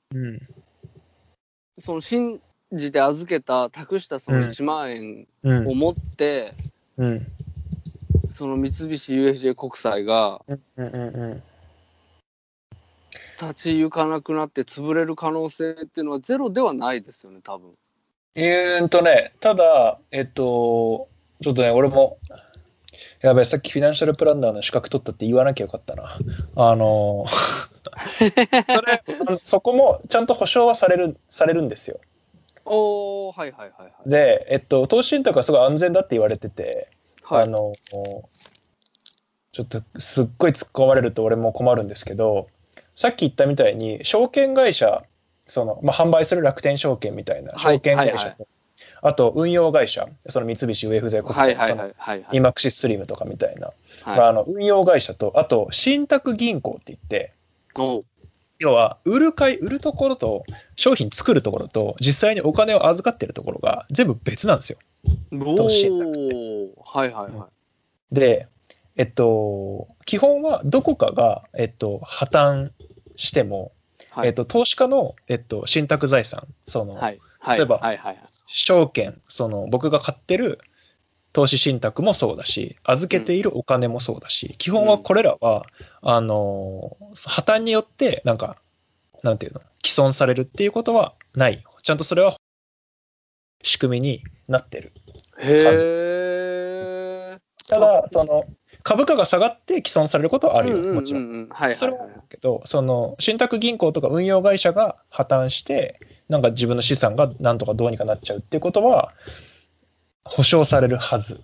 その信じて預けた、託したその1万円を持って、その三菱 UFJ 国際が、立ち行かなくなって潰れる可能性っていうのはゼロではないですよね、多分。 ただ、ちょっとね、俺も、やべえ、さっきフィナンシャルプランナーの資格取ったって言わなきゃよかったな。そこもちゃんと保証はされるんですよ。で、投資信託はすごい安全だって言われてて、ちょっとすっごい突っ込まれると俺も困るんですけど、さっき言ったみたいに証券会社、販売する楽天証券みたいな証券会社、あと運用会社、その三菱 UFJ 国際、EMAXIS SLIM とかみたいな、運用会社と、あと信託銀行って言って、要は売るところと商品作るところと実際にお金を預かってるところが全部別なんですよ。投資信託って。で、基本はどこかが、破綻しても、投資家の、信託財産、例えば、証券、僕が買ってる投資信託もそうだし、預けているお金もそうだし、基本はこれらは、破綻によって、なんていうの、毀損されるっていうことはない。ちゃんとそれは仕組みになってるはず。ただ、株価が下がって毀損されることはあるよ、もちろん。それはあるけど、信託銀行とか運用会社が破綻して、自分の資産がなんとかどうにかなっちゃうっていうことは、保証されるはず。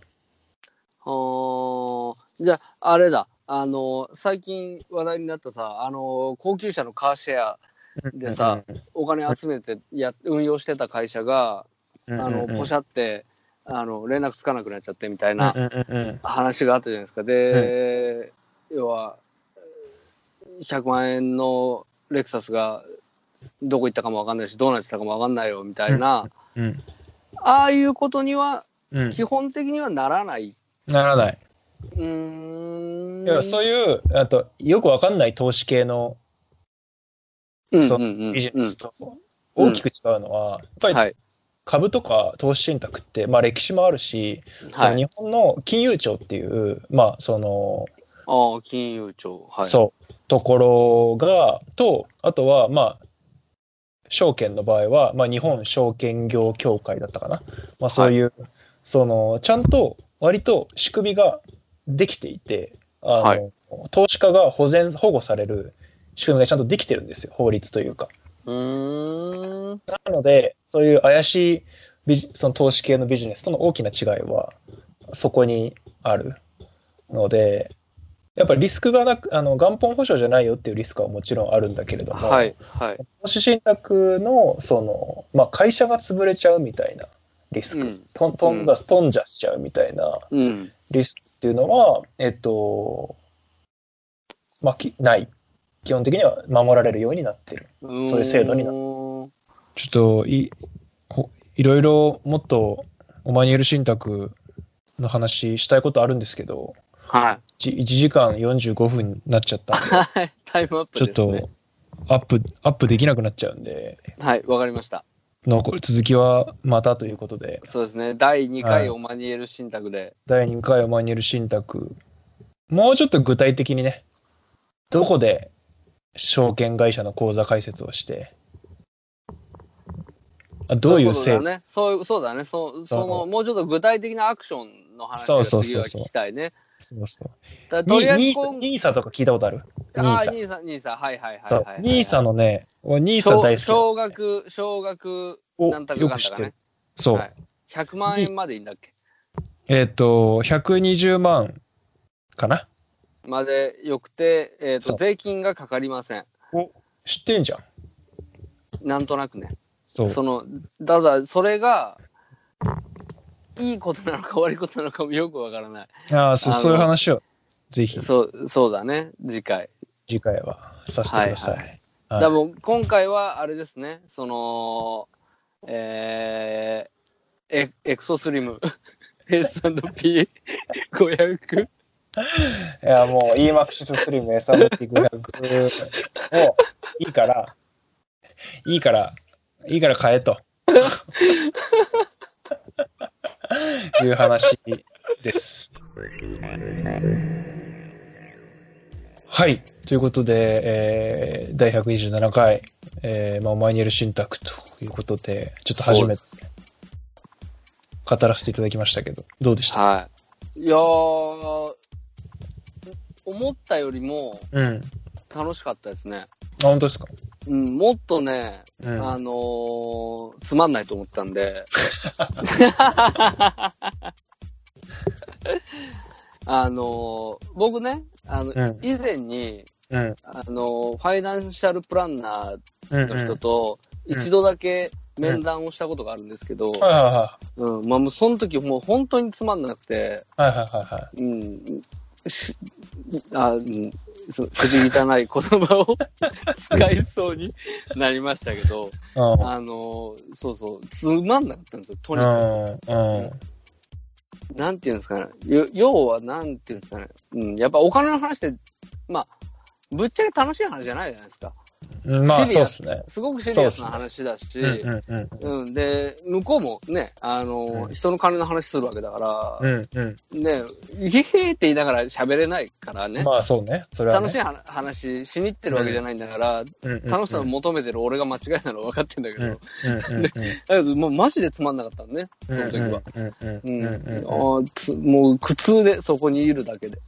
じゃあ、あれだ。最近話題になったさ、高級車のカーシェアでさ、お金集めて運用してた会社が、ポシャって、連絡つかなくなっちゃってみたいな話があったじゃないですか。で、要は100万円のレクサスがどこ行ったかも分かんないしどうなってたかも分かんないよみたいな、ああいうことには基本的にはならない。 ならない。そういうよく分かんない投資系のビジネスと大きく違うのは、やっぱり株とか投資信託って、歴史もあるし、日本の金融庁っていう、 ああ、金融庁。はい。 そう。ところが、あとは、まあ、証券の場合は、まあ、日本証券業協会だったかな。まあ、そういう、ちゃんと割と仕組みができていて、投資家が保護される仕組みがちゃんとできてるんですよ、法律というか。なので、そういう怪しいその投資系のビジネスとの大きな違いは、そこにあるので、やっぱりリスクがなく、元本保証じゃないよっていうリスクはもちろんあるんだけれども、投資信託の、まあ、会社が潰れちゃうみたいなリスク、頓挫しちゃうみたいなリスクっていうのは、まあ、ない。基本的には守られるようになってる。そういう制度になってる。ちょっといろいろもっとオマニエル信託の話したいことあるんですけど、 はい。 1時間45分になっちゃったんで、 はい。タイムアップですね。 ちょっとアップできなくなっちゃうんで、 はい、わかりました。 続きはまたということで。 そうですね。第2回オマニエル信託で。 第2回オマニエル信託。もうちょっと具体的にね、どこで証券会社の口座開設をして、どういう制度、 そうだね。もうちょっと具体的なアクションの話を次は聞きたいね。 とりあえずNISA とか聞いたことある？ NISA、はい。 NISA のね、NISA 大好き。 少額、なんたかかんたかね。 そう。 100万円までいいんだっけ ？120万かなまでよくて、税金がかかりません。 知ってんじゃん。 なんとなくね。 そう。 ただ、それが、いいことなのか悪いことなのかもよくわからない。 そういう話を、ぜひ。 そうだね、次回はさせてください。 でも、今回は、あれですね、エクソスリム、S&P500。 いや、もう EMAXIS スリム S&P500 をいいから買えという話です。はい。ということで、第127回、オマニエル信託ということで、ちょっと初めて語らせていただきましたけど、どうでした？ はい。いやー、思ったよりも楽しかったですね。 本当ですか？ もっとね、つまんないと思ったんで。僕ね、以前に、ファイナンシャルプランナーの人と一度だけ面談をしたことがあるんですけど、まあ、その時もう本当につまんなくて、口汚い言葉を使いそうになりましたけど、つまんなかったんですよ、とにかく。なんていうんですかね。要は、なんていうんですかね。やっぱお金の話って、まあ、ぶっちゃけ楽しい話じゃないじゃないですか。 まあ、そうですね。 すごくシリアスな話だし、で、向こうもね、人の金の話するわけだから、ね、イヘヘって言いながら喋れないからね。 まあそうね。それはね。 楽しい話しに行ってるわけじゃないんだから、楽しさを求めてる俺が間違いなの分かってんだけど、だけどもうマジでつまんなかったのね、その時は。もう苦痛でそこにいるだけで。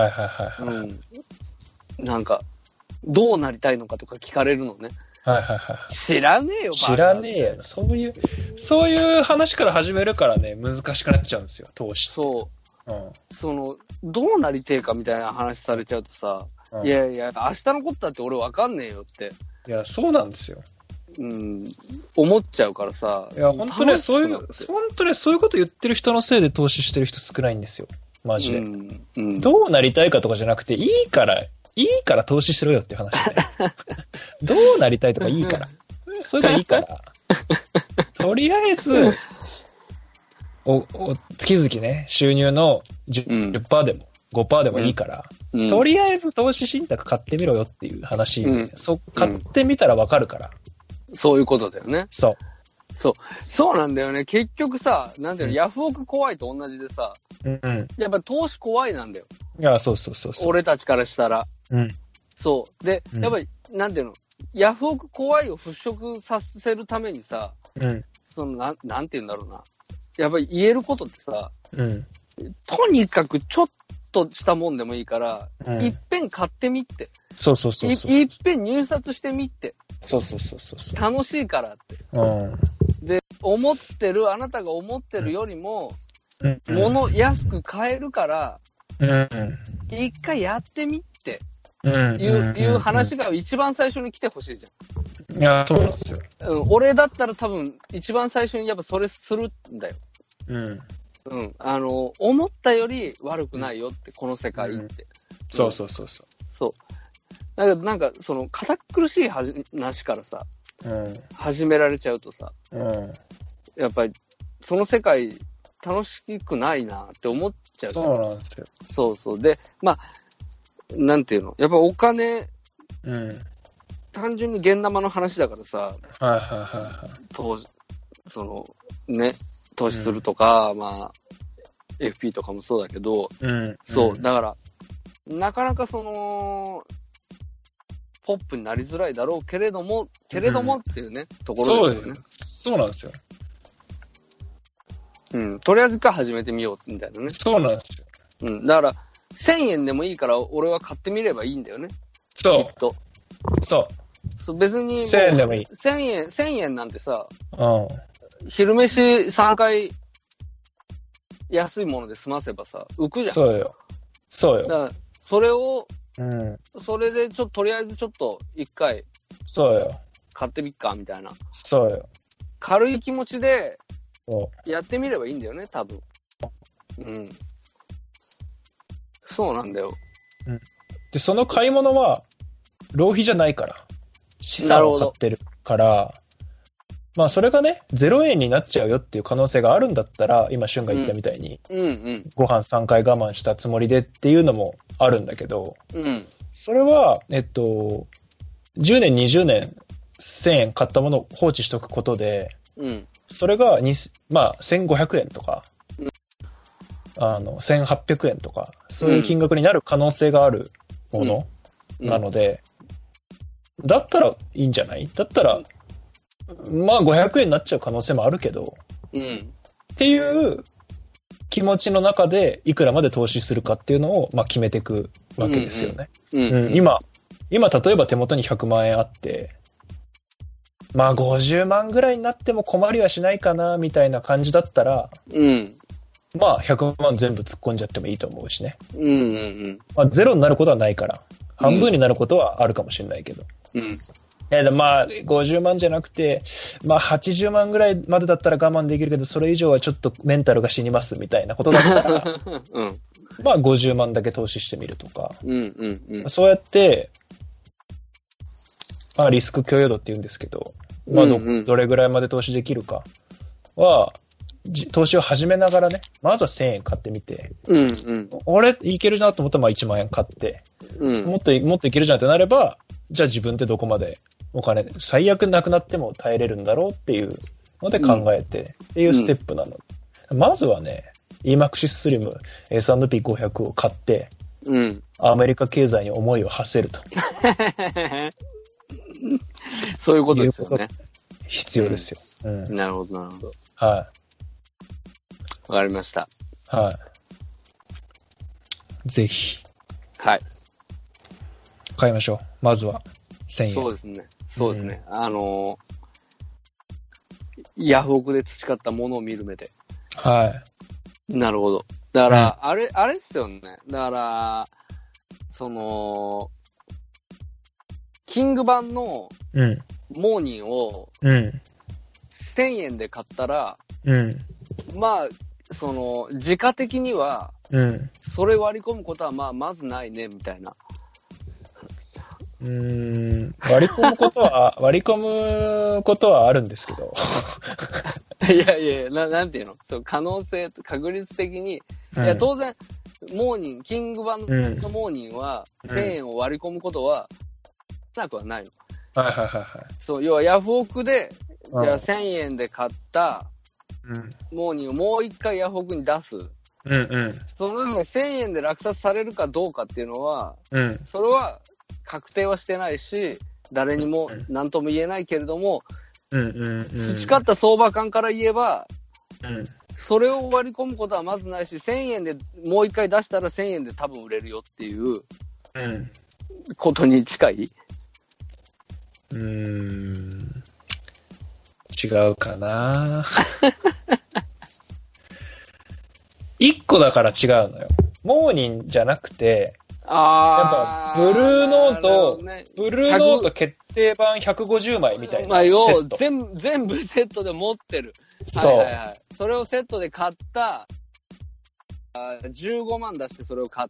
なんか、どうなりたいのかとか聞かれるのね。知らねえよ、 知らねえよ。そういう話から始めるからね、難しくなっちゃうんですよ、投資。 そう。どうなりてえかみたいな話されちゃうとさ、いや、明日のことだって俺わかんねえよって。 いや、そうなんですよ。 思っちゃうからさ。 いや、本当ね、そういうこと言ってる人のせいで投資してる人少ないんですよ。マジで。どうなりたいかとかじゃなくて、いいから投資しろよっていう話で。どうなりたいとかいいから。それがいいから。とりあえず、月々ね、収入の 10% でも 5% でもいいから、とりあえず投資信託買ってみろよっていう話。買ってみたらわかるから。 そういうことだよね。 そう。 そうなんだよね。結局さ、なんていうの、ヤフオク怖いと同じでさ、やっぱ投資怖いなんだよ。 いや、そう。 俺たちからしたら。そう。で、やっぱり、なんていうの、ヤフオク怖いを払拭させるためにさ、なんていうんだろうな。やっぱり言えることってさ、とにかくちょっとしたもんでもいいから、いっぺん買ってみって。 そう。 いっぺん入札してみって。 そう。 楽しいからって。で、あなたが思ってるよりも、物安く買えるから、一回やってみって、いう話が一番最初に来てほしいじゃん。いや、そうなんですよ。 俺だったら多分一番最初にやっぱそれするんだよ。思ったより悪くないよって、この世界って。そう。だけどなんか、その、堅苦しい話からさ、始められちゃうとさ、やっぱり、その世界、楽しくないなって思っちゃう。 そうなんですよ。そう。で、まあ、なんていうの、やっぱお金、単純に現玉の話だからさ、投資するとか、まあ、FP とかもそうだけど、そう、だから、なかなかその、ポップになりづらいだろうけれどもっていうね、ところですよね。 そうなんですよ。 とりあえずから始めてみようみたいなね。 そうなんですよ。だから、1000円でもいいから俺は買ってみればいいんだよね。 そう。 きっと。 そう。 別に、 1000円でもいい。 1000円なんてさ、昼飯3回安いもので済ませばさ、浮くじゃん。 そうよ。 だから、それを、それでとりあえずちょっと一回、 そうよ。 買ってみっか、みたいな。 そうよ。 軽い気持ちで、やってみればいいんだよね、多分。そうなんだよ。 で、その買い物は、浪費じゃないから。資産を買ってるから、まあそれがね、0円になっちゃうよっていう可能性があるんだったら、今、俊が言ったみたいに、ご飯3回我慢したつもりでっていうのもあるんだけど、それは、10年、20年、1000円買ったものを放置しとくことで、それがまあ、1500円とか、1800円とか、そういう金額になる可能性があるものなので、だったらいいんじゃない？だったら、まあ500円になっちゃう可能性もあるけど、っていう気持ちの中でいくらまで投資するかっていうのを、まあ決めていくわけですよね。今、例えば手元に100万円あって、まあ50万ぐらいになっても困りはしないかな、みたいな感じだったら、まあ100万全部突っ込んじゃってもいいと思うしね。まあゼロになることはないから、半分になることはあるかもしれないけど。まあ50万じゃなくて、まあ80万ぐらいまでだったら我慢できるけど、それ以上はちょっとメンタルが死にますみたいなことだったら、まあ50万だけ投資してみるとか、そうやって、まあリスク許容度って言うんですけど、まあどれぐらいまで投資できるかは、投資を始めながらね、まずは1000円買ってみて、俺いけるなと思ったらまあ1万円買って、もっといけるじゃんってなれば、じゃあ自分ってどこまでお金、最悪なくなっても耐えれるんだろうっていうので考えて、っていうステップなの。まずはね、EMAXIS SLIM S&P500 を買って、アメリカ経済に思いを馳せると。 そういうことですよね。 必要ですよ。 なるほど、なるほど。 はい。 わかりました。 はい。ぜひ。 はい。 買いましょう。まずは、1000円。 そうですね。そうですね。ヤフオクで培ったものを見る目で。 はい。 なるほど。だから、あれっすよね。だから、キング版の、モーニンを、1000円で買ったら、まあ、時価的には、それ割り込むことは、まずないね、みたいな。 割り込むことはあるんですけど。 いや、なんていうの？可能性、確率的に。いや、当然、キング版のモーニンは、1000円を割り込むことは、なくはないの。 はい。 そう、要はヤフオクで、 じゃあ1000円で買った、モーニーをもう一回ヤフオクに出す。その中で1000円で落札されるかどうかっていうのは、それは確定はしてないし、誰にも何とも言えないけれども、培った相場感から言えば、それを割り込むことはまずないし、1000円でもう一回出したら1000円で多分売れるよっていうことに近い。 違うかな。1個だから違うのよ。モーニンじゃなくて、やっぱブルーノート、ブルーノート決定版150枚みたいな。 全部セットで持ってる。 そう。 それをセットで買った、15万出してそれを買った。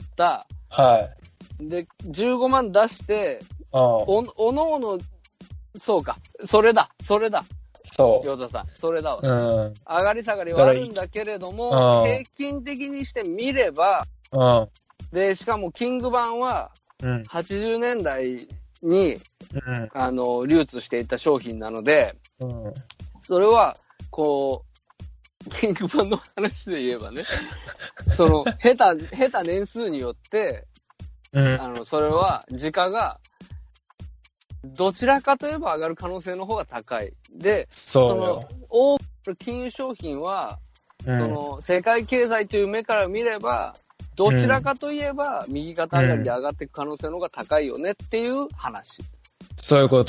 で、15万出して、おのおの、そうか、それだ。そう。ヨタさん、それだわ。上がり下がりはあるんだけれども、平均的にしてみれば、で、しかもキング版は、80年代に、流通していた商品なので、それは、こう、キング版の話で言えばね、その、下手年数によって、それは、時価が、どちらかといえば上がる可能性の方が高い。で、その、多くの金融商品は、その、世界経済という目から見れば、どちらかといえば、右肩上がりで上がっていく可能性の方が高いよねっていう話。 そういうこと。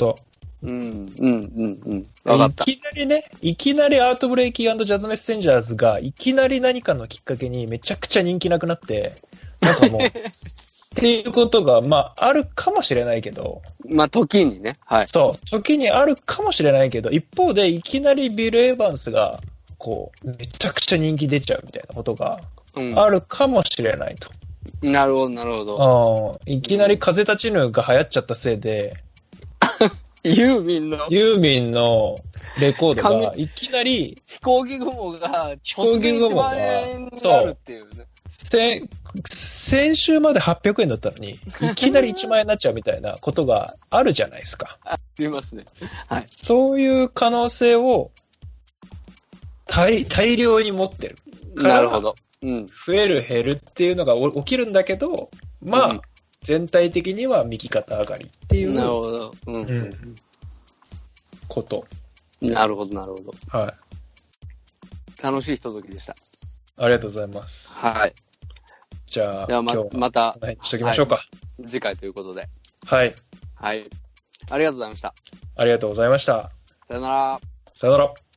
わかった。 いきなりアートブレイキー&ジャズメッセンジャーズが、いきなり何かのきっかけにめちゃくちゃ人気なくなって、なんかもう、っていうことが、まあ、あるかもしれないけど。 まあ、時にね。 そう。時にあるかもしれないけど、一方で、いきなりビル・エヴァンスが、こう、めちゃくちゃ人気出ちゃうみたいなことが、あるかもしれないと。 なるほど。 いきなり風立ちぬが流行っちゃったせいで、 ユーミンのレコードが、いきなり、 飛行機雲が、1万円になるっていうね。 先週まで800円だったのに、いきなり1万円になっちゃうみたいなことがあるじゃないですか。 ありますね。 そういう可能性を大量に持ってる。 なるほど。 増える減るっていうのが起きるんだけど、まあ、全体的には右肩上がりっていう。 なるほど。 こと。 なるほど。楽しいひとときでした。 ありがとうございます。じゃあ、今日また、 しときましょうか。 次回ということで。 はい。 ありがとうございました。 ありがとうございました。 さよなら。 さよなら。